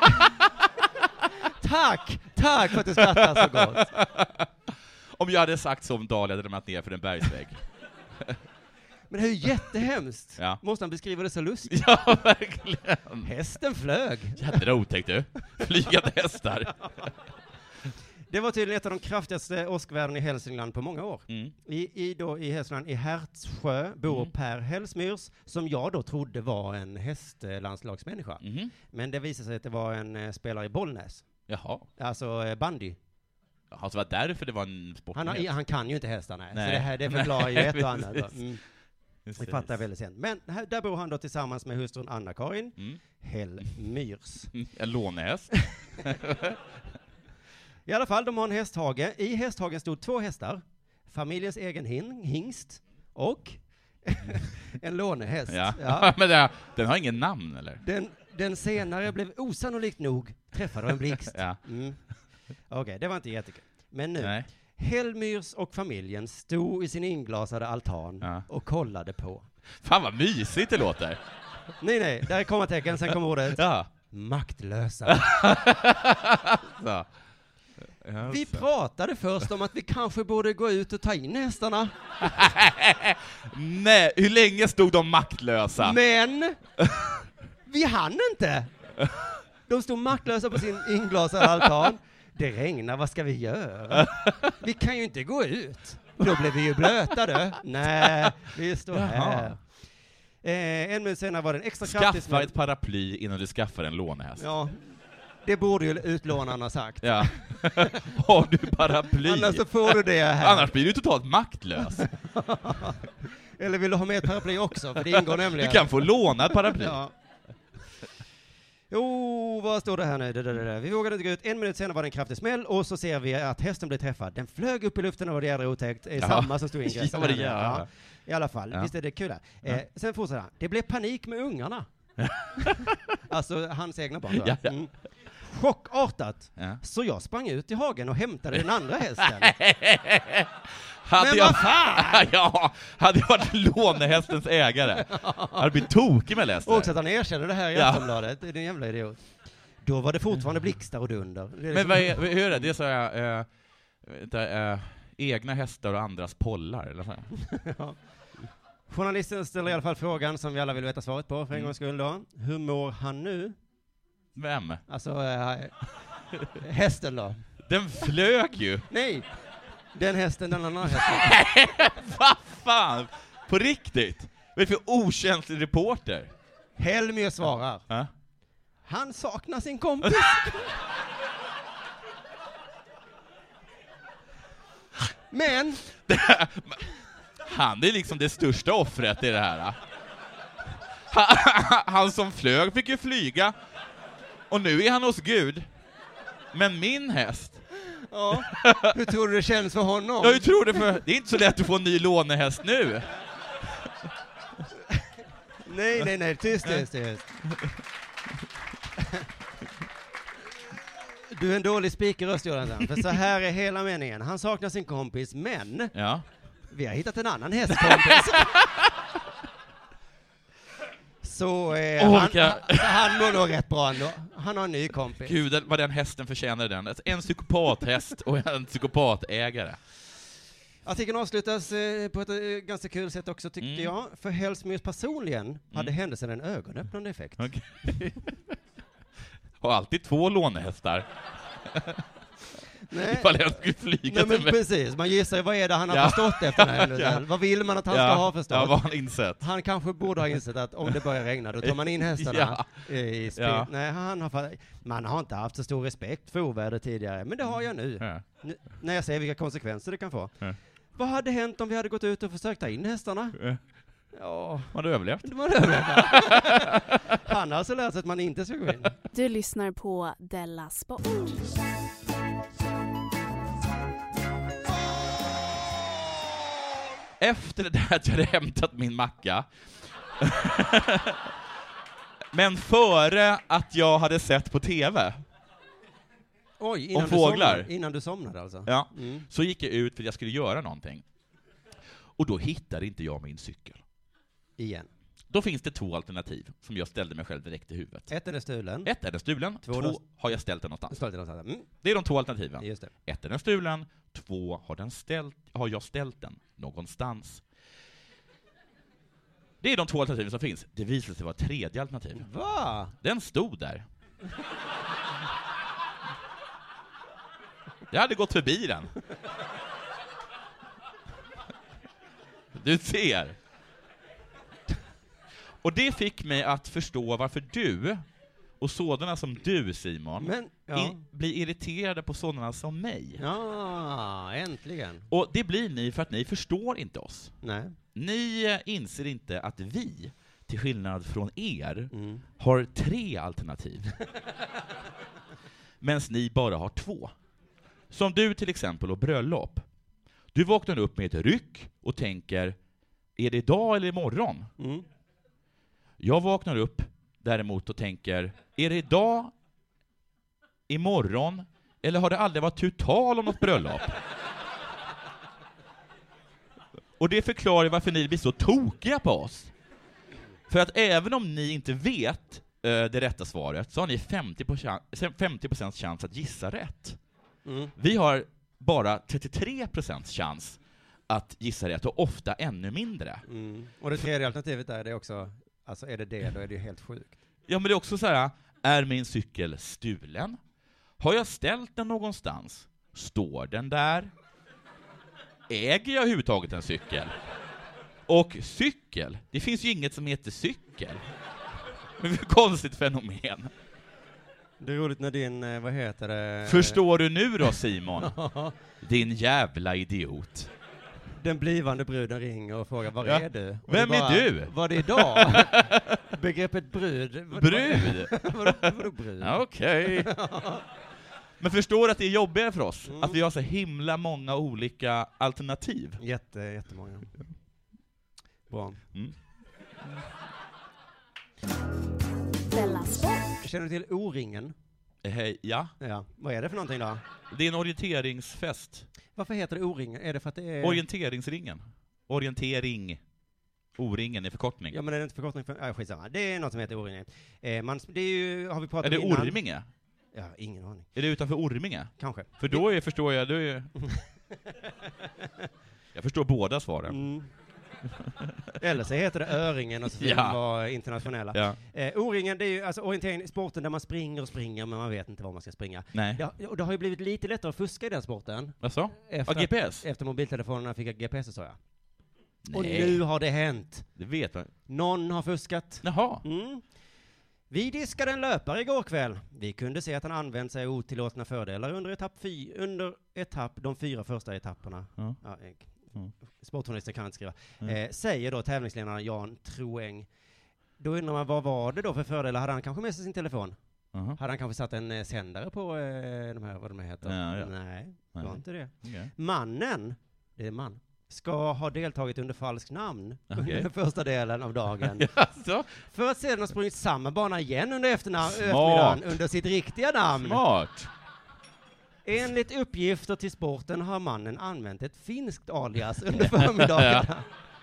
Tack! Tack för att du skrattar så gott. Om jag hade sagt så om Dahlia hade ramlat ner för en bergsvägg. Men det är ju jättehemskt. Ja. Måste han beskriva det så lustigt? Ja, verkligen. Hästen flög. Jädra otäckt du. Flygande hästar. Det var tydligen ett av de kraftigaste åskvärdena i Hälsingland på många år. Mm. I, i, då, i Hälsingland, i Hertsjö, bor Mm. Per Hellsmyrs, som jag då trodde var en hästlandslagsmänniska. Mhm. Men det visade sig att det var en eh, spelare i Bollnäs. Jaha. Alltså eh, bandy. Jaha, så var det därför det var en Han, har, sportnyhet. han kan ju inte hästarna, så Nej. det här det förklarar ju ett och annat. Då. Precis. Mm, Precis. det fattar jag väldigt sent. Men här, där bor han då tillsammans med hustrun Anna-Karin Mm. Hellmyrs. En lånehäst. I alla fall, de har en hästhage. I hästhagen stod två hästar, familjens egen hin- hingst och en lånehäst. Ja. Ja. Men det, den har ingen namn, eller? Den, den senare blev osannolikt nog träffad av en blixt. Ja. Mm. Okej, det var inte jättekul. Men nu, Nej. Hellmyrs och familjen stod i sin inglasade altan Ja. och kollade på. Fan vad mysigt det låter. Nej, nej, där är kommatecken, sen kommer ordet Ja. maktlösa. Så. Vi pratade först om att vi kanske borde gå ut och ta in hästarna, Nej, hur länge stod de maktlösa? men vi hann inte. De stod maktlösa på sin inglasade altan. Det regnar, vad ska vi göra? Vi kan ju inte gå ut. Då blev vi ju blöta då. Nej, vi står Jaha. här. Eh, en minut senare var det en extra kraftig Skaffa ett paraply innan du skaffar en lånehäst. Ja, det borde ju utlånarna ha sagt. Ja. Har du paraply? Annars så får du det här. Annars blir du totalt maktlös. Eller vill du ha med ett paraply också? För det ingår Du nämligen. kan få låna ett paraply. Ja. Jo, Oh, vad står det här nu? Det, det, det. Vi vågade inte gå ut. En minut senare var det en kraftig smäll och så ser vi att hästen blir träffad. Den flög upp i luften och var det jävla otäckt. Eh, samma som stod i ingressen. Ja, det, ja. I alla fall, ja. visst är det kul där. Eh, Ja. sen fortsätter han. Det blev panik med ungarna. Alltså hans egna barn då. Ja, ja. Mm. Chockartat. Ja. Så jag sprang ut i hagen och hämtade den andra hästen. Hade Men jag, vad fan? ja, hade jag varit lånehästens ägare, hade blivit tokig med Lester. Och också att han erkänner det här i Ja. Aftonbladet. Det är en jävla idiot. Då var det fortfarande blixtar och dunder. Det är Men liksom- vad är, hur är det? Det är så här, äh, vänta, äh, egna hästar och andras pollar, eller så. Ja. Journalisten ställer i alla fall frågan som vi alla vill veta svaret på för en Mm. gångs skull då. Hur mår han nu? Vem? Alltså, äh, hästen då? Den flög ju! Nej! Den hästen, den andra hästen. Vad fan? På riktigt? Vad är det för okänslig reporter? Helmer svarar. Ja? Han saknar sin kompis. Men, Han är liksom det största offret i det här. Han, han som flög fick ju flyga. Och nu är han hos Gud. Men min häst, ja, hur tror du det känns för honom? jag tror det, för det är inte så lätt att få en ny lånehäst nu. Nej, nej, nej, tyst, tyst, tyst. Du är en dålig speakerröst, Jonathan, för så här är hela meningen. Han saknar sin kompis, men Ja. vi har hittat en annan hästkompis. Så, eh, Åh, han, vilka- han, så han mår nog rätt bra ändå. Han har en ny kompis. Gud, vad den hästen förtjänar den. En psykopathäst och en psykopatägare. Artikeln avslutas eh, på ett eh, ganska kul sätt också, tyckte Mm. jag. För Hellsmyrs personligen hade händelsen en ögonöppnande effekt. Okej. Och alltid två lånehästar. Nej. Ifall jag skulle flyga Nej, men till mig. precis, man gissar ju vad är det han har Ja. förstått efter den här händelsen. Ja. Vad vill man att han Ja. ska ha förstått? Ja, vad har han insett? Han kanske borde ha insett att om det börjar regna, då tar man in hästarna Ja. i spel. Ja. Nej, han har, fa- man har inte haft så stor respekt för oväder tidigare, men det har jag nu. Ja. N- när jag ser vilka konsekvenser det kan få. Ja. Vad hade hänt om vi hade gått ut och försökt ta in hästarna? Ja. Ja, Man har överlevt. det var det. Han har alltså lärt sig att man inte ska gå in. Du lyssnar på Della Sport. Efter det där att jag hade hämtat min macka, men före att jag hade sett på tv, Oj, innan Om du fåglar. Somnade, innan du somnade alltså? ja, Mm. så gick jag ut för att jag skulle göra någonting. Och då hittade inte jag min cykel. Igen. Då finns det två alternativ som jag ställde mig själv direkt i huvudet. Ett är det stulen. Ett, är den stulen. Två, Två, då- har jag ställt den någonstans. Står det någonstans. Mm, Det är de två alternativen. just det. Ett, är den stulen. Två, har, den ställt, har jag ställt den någonstans. Det är de två alternativen som finns. Det visade sig vara ett tredje alternativ. Va? Den stod där. Jag hade gått förbi den. Du ser. Och det fick mig att förstå varför du och sådana som du, Simon, Men, ja. i, blir irriterade på sådana som mig. Ja, äntligen. Och det blir ni för att ni förstår inte oss. Nej. Ni eh, inser inte att vi, till skillnad från er, Mm. har tre alternativ. Medan ni bara har två. Som du till exempel och bröllop. Du vaknar upp med ett ryck och tänker, är det idag eller imorgon? Mm. Jag vaknar upp däremot och tänker, är det idag, imorgon, eller har det aldrig varit tu tal om något bröllop? Och det förklarar varför ni blir så tokiga på oss. För att även om ni inte vet eh, det rätta svaret så har ni femtio procent chans att gissa rätt. Mm. Vi har bara trettiotre procent chans att gissa rätt och ofta ännu mindre. Mm. Och det tredje alternativet är det också, alltså är det det, då är det ju helt sjukt. Ja, men det är också så här, är min cykel stulen? Har jag ställt den någonstans? Står den där? Äger jag överhuvudtaget en cykel? Och cykel, det finns ju inget som heter cykel. Det är ett konstigt fenomen. Det är roligt när din, eh, vad heter det? Förstår du nu då, Simon? Din jävla idiot. Den blivande bruden ringer och frågar, var Ja. är du? Och Vem då bara, är du? Var det idag? Begreppet brud. Vad- Brud? Vadå, vadå brud? Ja, okej. Men förstår att det är jobbigare för oss? Mm. Att vi har så himla många olika alternativ. Jätte, jättemånga. Bra. Mm. Della Sport. Känner du till O-ringen? Hej, ja. Ja. Vad är det för någonting då? Det är en orienteringsfest. Varför heter det O-ringen? Är det för att det är... Orienteringsringen. Orientering. O-ringen är förkortning. Ja, men är det inte förkortning för... Ja, skitsamma. Det är något som heter O-ringen. Eh, man, det är ju, har vi pratat Är det om innan. Orminge? Ja, ingen aning. Är det utanför Orminge? Kanske. För då är, förstår jag, då är... Jag förstår båda svaren. Mm. Eller så heter det Öringen och så Ja. ja. var internationella. Ja. Eh, O-ringen, det är ju alltså orientering, sporten där man springer och springer men man vet inte var man ska springa. Nej. Ja, och det har ju blivit lite lättare att fuska i den sporten. Vad Efter, Ja, G P S? efter mobiltelefonerna fick jag G P S, sa jag. Och Nej. nu har det hänt. Det vet man. Någon har fuskat. Jaha. Mm. Vi diskade en löpare igår kväll. Vi kunde se att han använt sig av otillåtna fördelar under etapp, fy, under etapp de fyra första etapperna. Ja. Ja, eh, Mm. Sportjournalister kan inte skriva. Mm. Eh, säger då tävlingsledaren Jan Troeng. Då undrar man, vad var det då för fördelar? Hade han kanske med sig sin telefon? Jaha. Hade han kanske satt en eh, sändare på eh, de här, vad de här heter? Ja, ja. Nej, det var Nej. inte det. Okej. Mannen, det är man, ska ha deltagit under falskt namn Okej. under den första delen av dagen. Jaså? För att sedan ha sprungit samma bana igen under efternam- Smart. eftermiddagen under sitt riktiga namn. Smart. Enligt uppgifter till sporten har mannen använt ett finskt alias under förmiddagarna.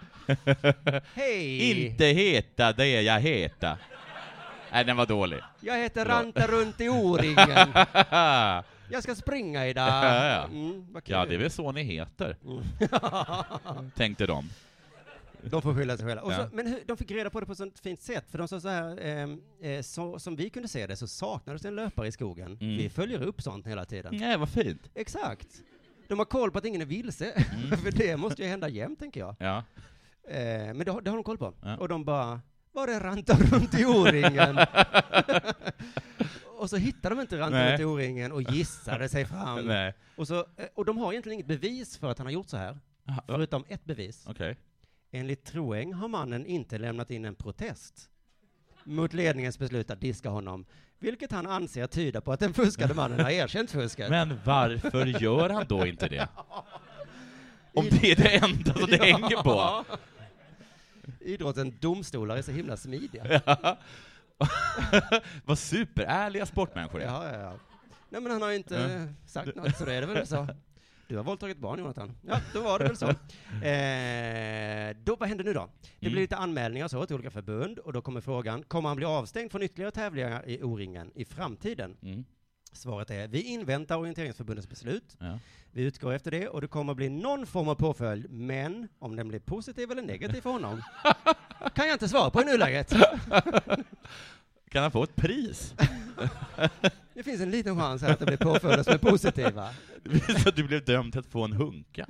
Hej! Inte heta det jag heter. Nej, den var dålig. Jag heter Bra. Ranta runt i O-ringen. ja, Jag ska springa idag. ja. Mm, vad kul. det är väl så ni heter, Mm. tänkte de. De får skylla sig själva. Och så, Ja. men hur, de fick reda på det på ett sånt fint sätt, för de sa så här, ehm, eh, så, som vi kunde se det så saknades en löpare i skogen. Mm. Vi följer upp sånt hela tiden. Nej, vad fint. Exakt. De har koll på att ingen är vilse, Mm. för det måste ju hända jämt, tänker jag. Ja. Eh, men det, har- det har de koll på. Ja. Och de bara, var det rantar runt i O-ringen? Och så hittar de inte rantar Nej. runt i O-ringen och gissade sig fram. Nej. Och, så, eh, och de har egentligen inget bevis för att han har gjort så här, Aha, va? förutom ett bevis. Okej. Enligt Troeng har mannen inte lämnat in en protest mot ledningens beslut att diska honom, vilket han anser tyda på att den fuskade mannen har erkänt fusket. Men varför gör han då inte det? Om det är det enda som det hänger på. Idrotten domstolar är så himla smidiga. Ja. Vad superärliga sportmänniskor är. Ja, ja, ja. Nej, men han har ju inte Ja. sagt något, så då är det väl så. Du har våldtagit barn, Jonathan. Ja, då var det väl så. Eh, då, vad händer nu då? Det Mm. blir lite anmälningar så till olika förbund, och då kommer frågan, kommer han bli avstängd från ytterligare tävlingar i O-ringen i framtiden? Mm. Svaret är, vi inväntar orienteringsförbundets beslut. Ja. Vi utgår efter det, och det kommer att bli någon form av påföljd, men om den blir positiv eller negativ för honom kan jag inte svara på i nuläget. Kan han få ett pris? Det finns en liten chans här att det blir påföljder som är positiva. Så att du blev dömd till att få en hunka.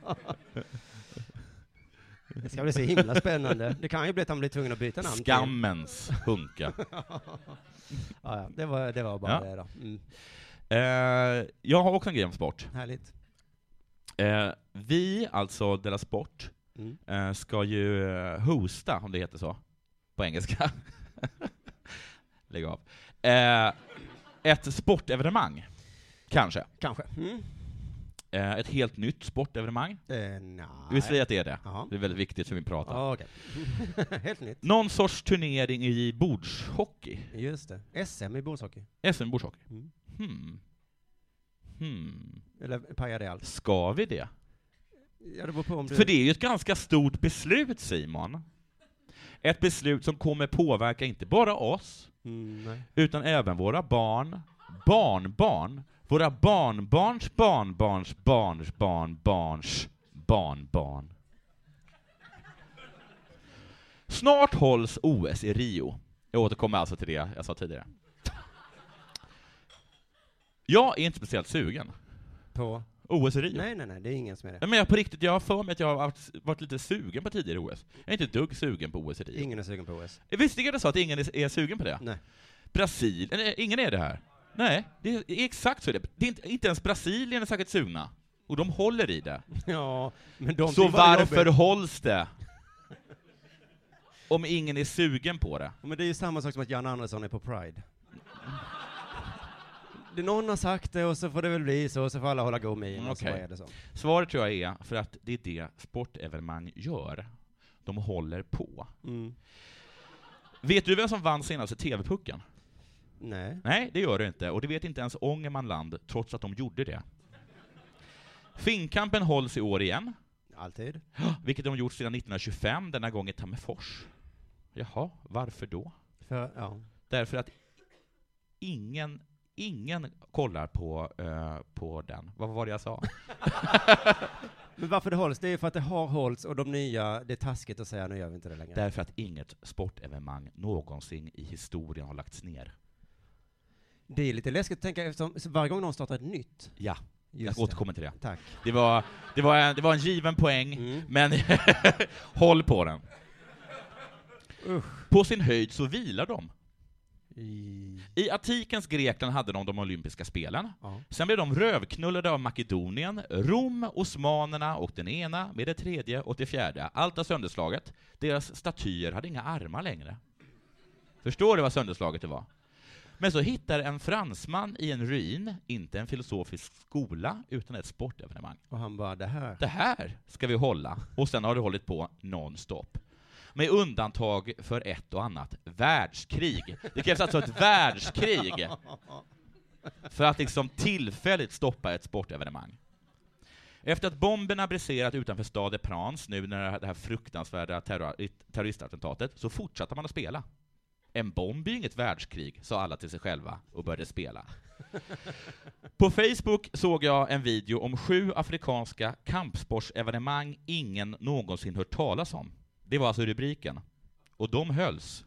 Det ska bli så himla spännande. Det kan ju bli att han blir tvungen att byta namn. till- Skammens hunka. Ja, ja, det var, det var bara Ja. det då. Mm. Eh, jag har också en grej om sport. Härligt. Eh, vi, alltså Della Sport, Mm. eh, ska ju eh, hosta, om det heter så, på engelska. Lägg av. Eh, ett sportevenemang, kanske. Kanske. Mm. Eh, ett helt nytt sportevenemang. Eh, nej. Vi säger att det är det. Jaha. Det är väldigt viktigt för vi pratar. Ja, okej. Helt nytt. Någon sorts turnering i bordshockey. Just det. S M i bordshockey. S M-bordshockey. Mm. Hmm. Hmm. Eller pajar det allt? Ska vi det? Ja, det beror på om du... För det är ju ett ganska stort beslut, Simon. Ett beslut som kommer påverka inte bara oss, Mm, nej. utan även våra barn, barnbarn, våra barnbarns barnbarns barns barnbarns barnbarn. Snart hålls O S i Rio. Jag återkommer alltså till det jag sa tidigare. Jag är inte speciellt sugen. På? O S i Rio. Nej, nej, nej. Det är ingen som är det. Men jag på riktigt, jag har för mig att jag har varit, varit lite sugen på tidigare O S. Jag är inte ett dugg sugen på O S i Rio. Ingen är sugen på O S. Visst är det så att ingen är, är sugen på det? Nej. Brasilien, nej, ingen är det här. Nej, det är exakt så är det. Det är inte, inte ens Brasilien är säkert sugna. Och de håller i det. Ja, men de Så tycker bara det är varför jobbigt. hålls det? Om ingen är sugen på det. Men det är ju samma sak som att Jan Andersson är på Pride. Det någon har sagt det och så får det väl bli så, och så får alla hålla god min, och så Okej. är det så. Svaret tror jag är för att det är det sportevenemang gör. De håller på. Mm. Vet du vem som vann senaste T V-pucken? Nej. Nej, det gör det inte. Och det vet inte ens Ångermanland, trots att de gjorde det. Finnkampen hålls i år igen. Alltid. Vilket de gjort sedan nittonhundratjugofem, denna gång i Tammerfors. Jaha, varför då? För, ja. Därför att ingen, ingen kollar på, uh, på den. Vad var det jag sa? Men varför det hålls? Det är för att det har hållits och de nya, det är taskigt att säga nu gör vi inte det längre. Därför att inget sportevenemang någonsin i historien har lagts ner. Det är lite läskigt att tänka eftersom varje gång någon startar ett nytt. Ja, jag Just återkommer till det. Tack. Det var, det var, en, det var en given poäng, Mm. men håll på den. Usch. På sin höjd så vilar de. I... I antikens Grekland hade de de olympiska spelen. Ja. Sen blev de rövknullade av Makedonien, Rom, osmanerna och den ena med det tredje och det fjärde. Allt var sönderslaget. Deras statyer hade inga armar längre. Förstår du vad sönderslaget det var? Men så hittar en fransman i en ruin, inte en filosofisk skola, utan ett sportevenemang. Och han bara, det här. Det här ska vi hålla. Och sen har det hållit på non-stop. Med undantag för ett och annat världskrig. Det krävs alltså ett världskrig för att liksom tillfälligt stoppa ett sportevenemang. Efter att bomberna briserat utanför stad Prans, nu när det här fruktansvärda terror- terroristattentatet, så fortsatte man att spela. En bomb är inget världskrig, sa alla till sig själva och började spela. På Facebook såg jag en video om sju afrikanska kampsportsevenemang ingen någonsin hört talas om. Det var alltså rubriken. Och de hölls.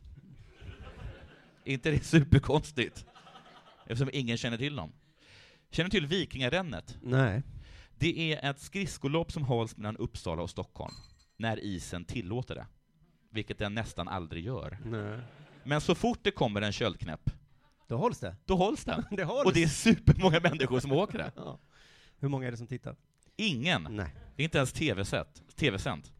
Inte det superkonstigt? Eftersom ingen känner till dem. Känner till Vikingarännet? Nej. Det är ett skridskolopp som hålls mellan Uppsala och Stockholm. När isen tillåter det. Vilket den nästan aldrig gör. Nej. Men så fort det kommer en köldknäpp, Då hålls det. då hålls den. Det hålls. Och det är supermånga människor som åker det. Ja. Hur många är det som tittar? Ingen. Nej. Det är inte ens tv-sätt, tv-sänt.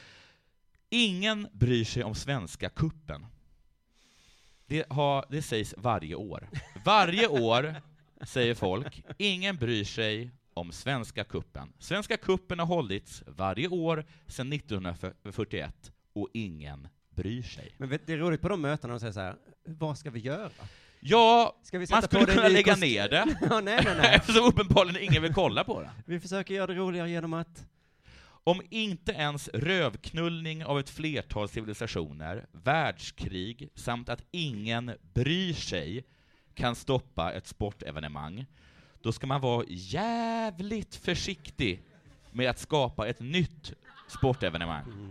Ingen bryr sig om Svenska kuppen. Det, har, det sägs varje år. Varje år säger folk, ingen bryr sig om Svenska kuppen. Svenska kuppen har hållits varje år sedan nittonhundrafyrtioett och ingen bryr sig. Men vet, det är roligt på de mötena och säger så här, vad ska vi göra? Ja, Ska vi man sätta på skulle det kunna i lägga kost- ner det. Ja, nej, nej, nej. Eftersom uppenbarligen ingen vill kolla på det. Vi försöker göra det roligare genom att... Om inte ens rövknullning av ett flertal civilisationer, världskrig samt att ingen bryr sig kan stoppa ett sportevenemang, då ska man vara jävligt försiktig med att skapa ett nytt sportevenemang.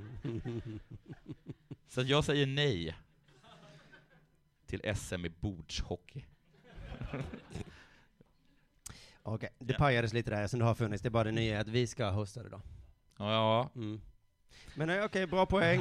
Så jag säger nej till S M i bordshockey. Okej, det Ja. pajades lite där som det har funnits. Det är bara det nya att vi ska hosta det då. Ja, Mm. Men eh, okej, bra poäng.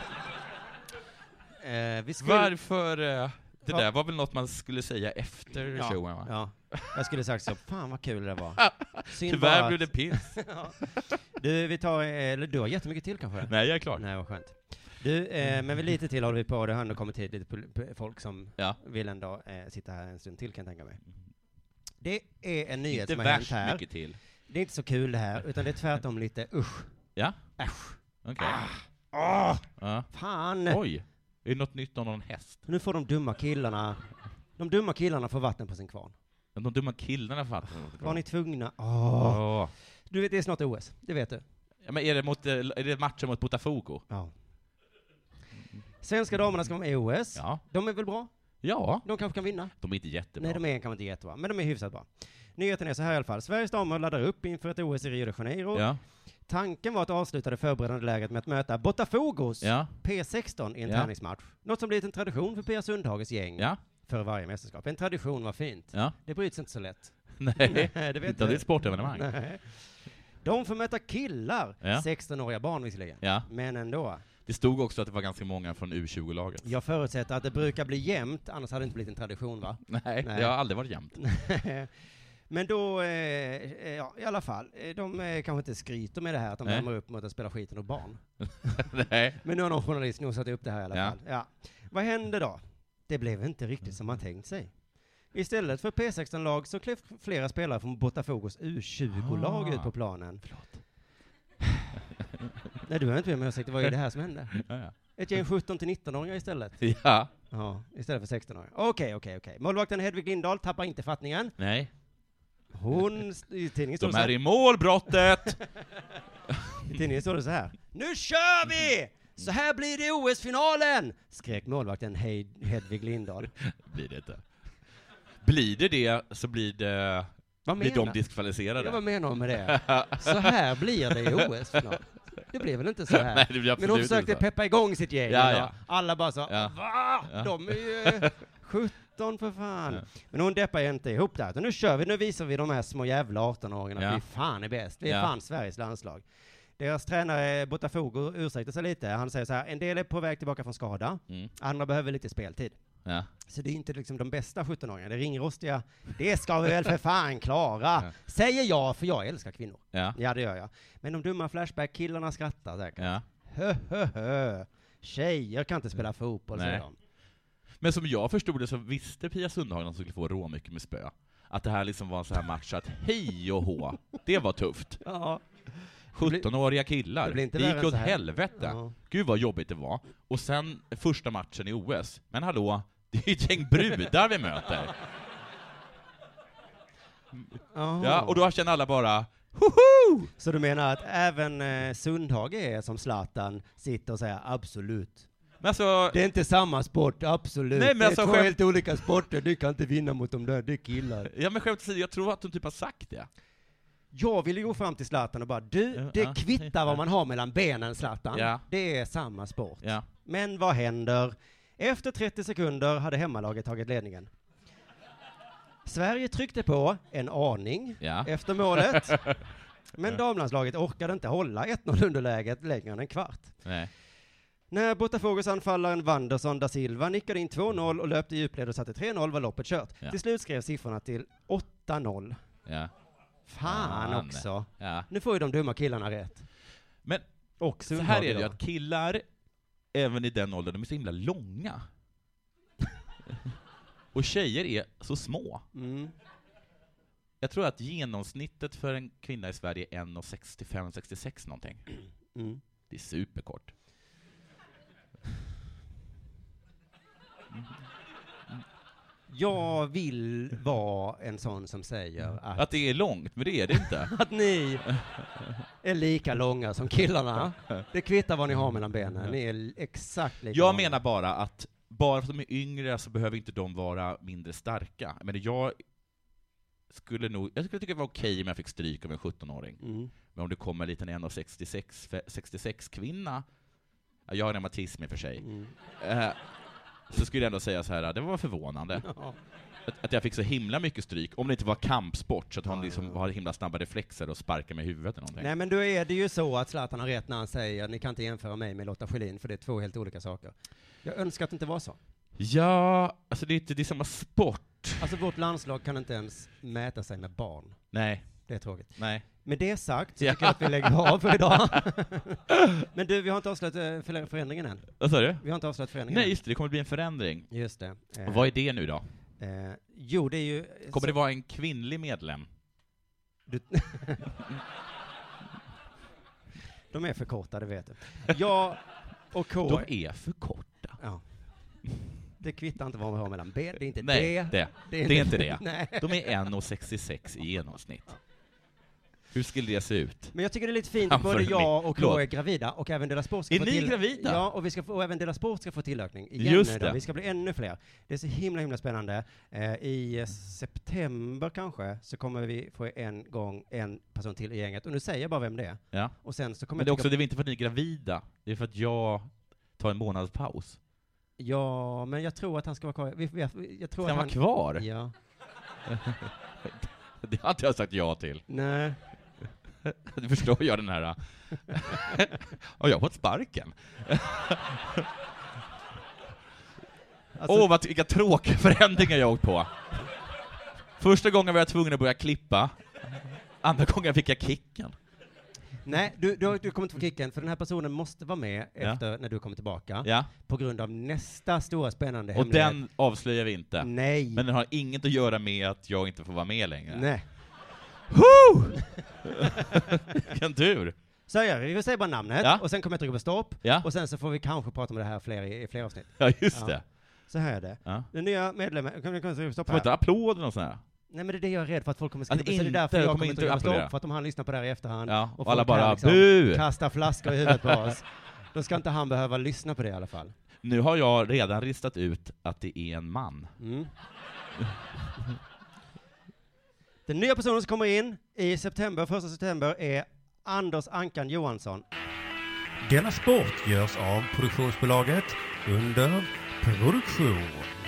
eh, vi skulle... varför... eh, Det Va- där var väl något man skulle säga efter Ja, showen, va? ja. Jag skulle sagt så, fan vad kul det var. Synd Tyvärr bara blev det att- piss. Ja. Du, vi tar, eh, eller du har jättemycket till kanske? Nej, jag är klar. Nej, vad skönt. Du, eh, men vi lite till håller vi på. Det har ändå kommit hit lite pol- p- folk som Ja. vill ändå eh, sitta här en stund till, kan jag tänka mig. Det är en nyhet Inte som har hänt värst här. mycket till. Det är inte så kul det här, utan det är tvärtom lite usch. Ja? Äsch. Okej. Åh, Ja. fan! Oj, är det något nytt om någon häst? Nu får de dumma killarna, de dumma killarna får vatten på sin kvarn. Men de dumma killarna fattar. Var ni tvungna? Åh. Åh. Du vet, det är snart O S, det vet du. Ja, men är det, mot, eh, är det matchen mot Botafogo? Ja. Svenska damerna ska vara med i O S. Ja. De är väl bra? Ja, De kanske kan vinna? de är inte jättebra. Nej, de är kanske inte jättebra, men de är hyfsat bra. Nyheten är så här i alla fall. Sveriges damer laddar upp inför ett O S i Rio de Janeiro. Ja, Tanken var att avsluta det förberedande läget med att möta Botafogos ja, P sexton i en Ja. träningsmatch. Något som blivit en tradition för Pia Sundhages gäng ja, för varje mästerskap. En tradition var fint. ja. Det bryts inte så lätt. Nej, Nej, det vet inte det är ett sportevenemang. Nej. De får möta killar, Ja. sexton-åriga barn visserligen. Ja, Men ändå. det stod också att det var ganska många från U tjugo-laget. Jag förutsätter att det brukar bli jämnt, annars hade det inte blivit en tradition, va? Nej, Nej. det har aldrig varit jämnt. Men då, eh, ja, i alla fall, de eh, kanske inte skryter med det här att de Nej. värmer upp mot att spela skiten och barn. Nej. Men nu har någon journalist nog satt upp det här i alla Ja. fall. Ja. Vad hände då? Det blev inte riktigt som man tänkt sig. Istället för P sexton-lag så klev flera spelare från Botafogos U tjugo-lag Ah. ut på planen. Förlåt. Nej, du har inte med mig och sagt, vad är det här som hände? Ja, ja. Ett gäng sjutton till nitton-åringar istället. Ja. Ja, istället för sexton-åringar. Okej, okej, okej. Målvakten Hedvig Lindahl tappar inte fattningen. Nej. Hon, i tidningen står De det så är här, i målbrottet! i tidningen står det så här. Nu kör vi! Så här blir det O S-finalen! Skrek målvakten Hed- Hedvig Lindahl. Blir det inte. Blir det det så blir det... Vad Blir de menar, diskvalificerade? ja, vad menar hon med det? Så här blir det i O S-final. Det blev väl inte så här? Nej, det blir Men absolut hon inte försökte så. peppa igång sitt gäng. Ja, och ja. Alla bara sa, Ja. va? Ja. De är ju sjutton för fan. Ja. Men hon deppar ju inte ihop där. Så nu kör vi, nu visar vi de här små jävla arton-åringarna Ja. att vi fan är bäst. Vi är Ja. fan Sveriges landslag. Deras tränare Botafogo ursäktar sig lite. Han säger så här, en del är på väg tillbaka från skada. Mm. Andra behöver lite speltid. Ja. Så det är inte liksom de bästa sjutton-åringarna. Det är ringrostiga. Det ska vi väl för fan klara. Ja. Säger jag, för jag älskar kvinnor. Ja. Ja, det gör jag. Men de dumma Flashback-killarna skrattar säkert. Ja. Hö, hö, hö. Tjejer kan inte spela fotboll, Nej. säger de. Men som jag förstod det så visste Pia Sundhage att hon skulle få rå mycket med spö. Att det här liksom var en sån här match att hej och hå, det var tufft. Ja. sjutton-åriga killar, det det, blir inte gick värre än åt så här. helvete. Ja. Gud vad jobbigt det var. Och sen första matchen i O S. Men hallå, det är ju ett gäng brudar vi möter. Aha. Ja, och då känner alla bara hoho! Så du menar att även eh, Sundhage är som Zlatan, sitter och säger absolut. Men alltså, Det är inte samma sport, absolut. Nej, men det är alltså, två själv- helt olika sporter, du kan inte vinna mot dem där, det är killar. ja men skämt åsido, jag tror att hon typ har sagt det. Jag ville gå fram till Zlatan och bara, du, Ja, det ja. kvittar vad man har mellan benen, Zlatan. Ja. Det är samma sport. Ja. Men vad händer? Efter trettio sekunder hade hemmalaget tagit ledningen. Sverige tryckte på en aning Ja. efter målet. Men damlandslaget orkade inte hålla ett noll underläget längre än en kvart. Nej. När Botafogos anfallaren Wanderson da Silva nickade in två noll och löpte i djupled och satte tre noll var loppet kört. Ja. Till slut skrev siffrorna till åtta noll. Ja. Fan Fan. också. Ja. Nu får ju de dumma killarna rätt. Men Och så här Sundhage är det ju då. att killar, även i den åldern, de är så himla långa. Och tjejer är så små. Mm. Jag tror att genomsnittet för en kvinna i Sverige är en sextiofem sextiosex någonting. Mm. Det är superkort. Jag vill vara en sån som säger att, Att det är långt, men det är det inte. att ni är lika långa som killarna. Det kvittar vad ni har mellan benen. Ni är l- exakt lika Jag långa. menar bara att bara för att de är yngre så behöver inte de vara mindre starka. Men jag skulle nog, jag skulle tycka det var okej om jag fick stryk av en sjutton-åring. Mm. Men om det kommer en liten en sextiosex sextiosex kvinna, ja, jag har reumatism i och för sig, Mm. eh, så skulle jag ändå säga så här, det var förvånande. Ja. Att, att jag fick så himla mycket stryk, om det inte var kampsport, så att hon Ja, liksom ja, ja. har himla snabba reflexer och sparkar med huvudet eller någonting. Nej, men då är det ju så att Zlatan har rätt när han säger ni kan inte jämföra mig med Lotta Schelin, för det är två helt olika saker. Jag önskar att det inte var så. Ja, alltså det är inte det är samma sport. Alltså vårt landslag kan inte ens mäta sig med barn. Nej, Det är tråkigt. nej. Med det sagt så Ja. tycker jag att vi lägger av för idag. Men du, vi har inte avslöjat eh, för- förändringen än. Vad sa du? Vi har inte avslöjat förändringen Nej, just det, det kommer bli en förändring. än. Just det. Eh, Och vad är det nu då? eh, jo, det är ju... Kommer det vara en kvinnlig medlem? Du... De är förkortade, vet du. Jag och K... De är för korta. Ja. Det kvittar inte vad man har mellan ben. Det är inte Nej, det. det. Det Det är inte det. Nej. De är en sextiosex i genomsnitt. Hur skulle det se ut? Men jag tycker det är lite fint att Framför både mig. jag och K Förlåt. är gravida och även Dela Sport ska Är få ni till... gravida? Ja, och, vi ska få, och även Dela Sport ska få tillökning igen. Just nu då. det. Vi ska bli ännu fler. Det är så himla, himla spännande. Eh, I eh, september kanske så kommer vi få en gång en person till i gänget. Och nu säger jag bara vem det är. Ja. Och sen så kommer Men det är jag också, det är inte för att ni är gravida. Det är för att jag tar en månads paus. Ja, men jag tror att han ska vara kvar. Vi, vi, jag tror Ska han att vara kvar? Ja. Det har inte jag sagt ja till. Nej. Du förstår jag den här... Och jag har fått sparken. Alltså, Åh, vad vilka tråkiga förändringar jag har åkt på. Första gången var jag tvungen att börja klippa. Andra gången fick jag kicken. Nej, du, du, du kommer inte få kicken, för den här personen måste vara med Ja. efter när du kommer tillbaka. Ja. På grund av nästa stora spännande Och hemlighet. den avslöjar vi inte. Nej. Men den har inget att göra med att jag inte får vara med längre. Nej. Woo! Vilken tur. Så gör vi. Vi säger bara namnet, Ja. och sen kommer jag trycka på stopp, Ja. och sen så får vi kanske prata om det här fler i, i fler avsnitt. Ja, just Ja. det. Så här är det. Ja. Den nya medlemmen, kan vi trycka på stopp Får inte här? applåder och sånt här? Nej, men det är det jag är rädd för att folk kommer Att skriva. Så det är inte- därför jag kommer kommer inte trycka på applådera. stopp, för att om han lyssnar på det här i efterhand, Ja, och folk alla här bara liksom bu! kastar flaskor i huvudet på oss, då ska inte han behöva lyssna på det i alla fall. Nu har jag redan ristat ut att det är en man. Mm. Den nya personen som kommer in i september, första september, är Anders Ankan Johansson. Denna sport görs av produktionsbolaget Under produktion.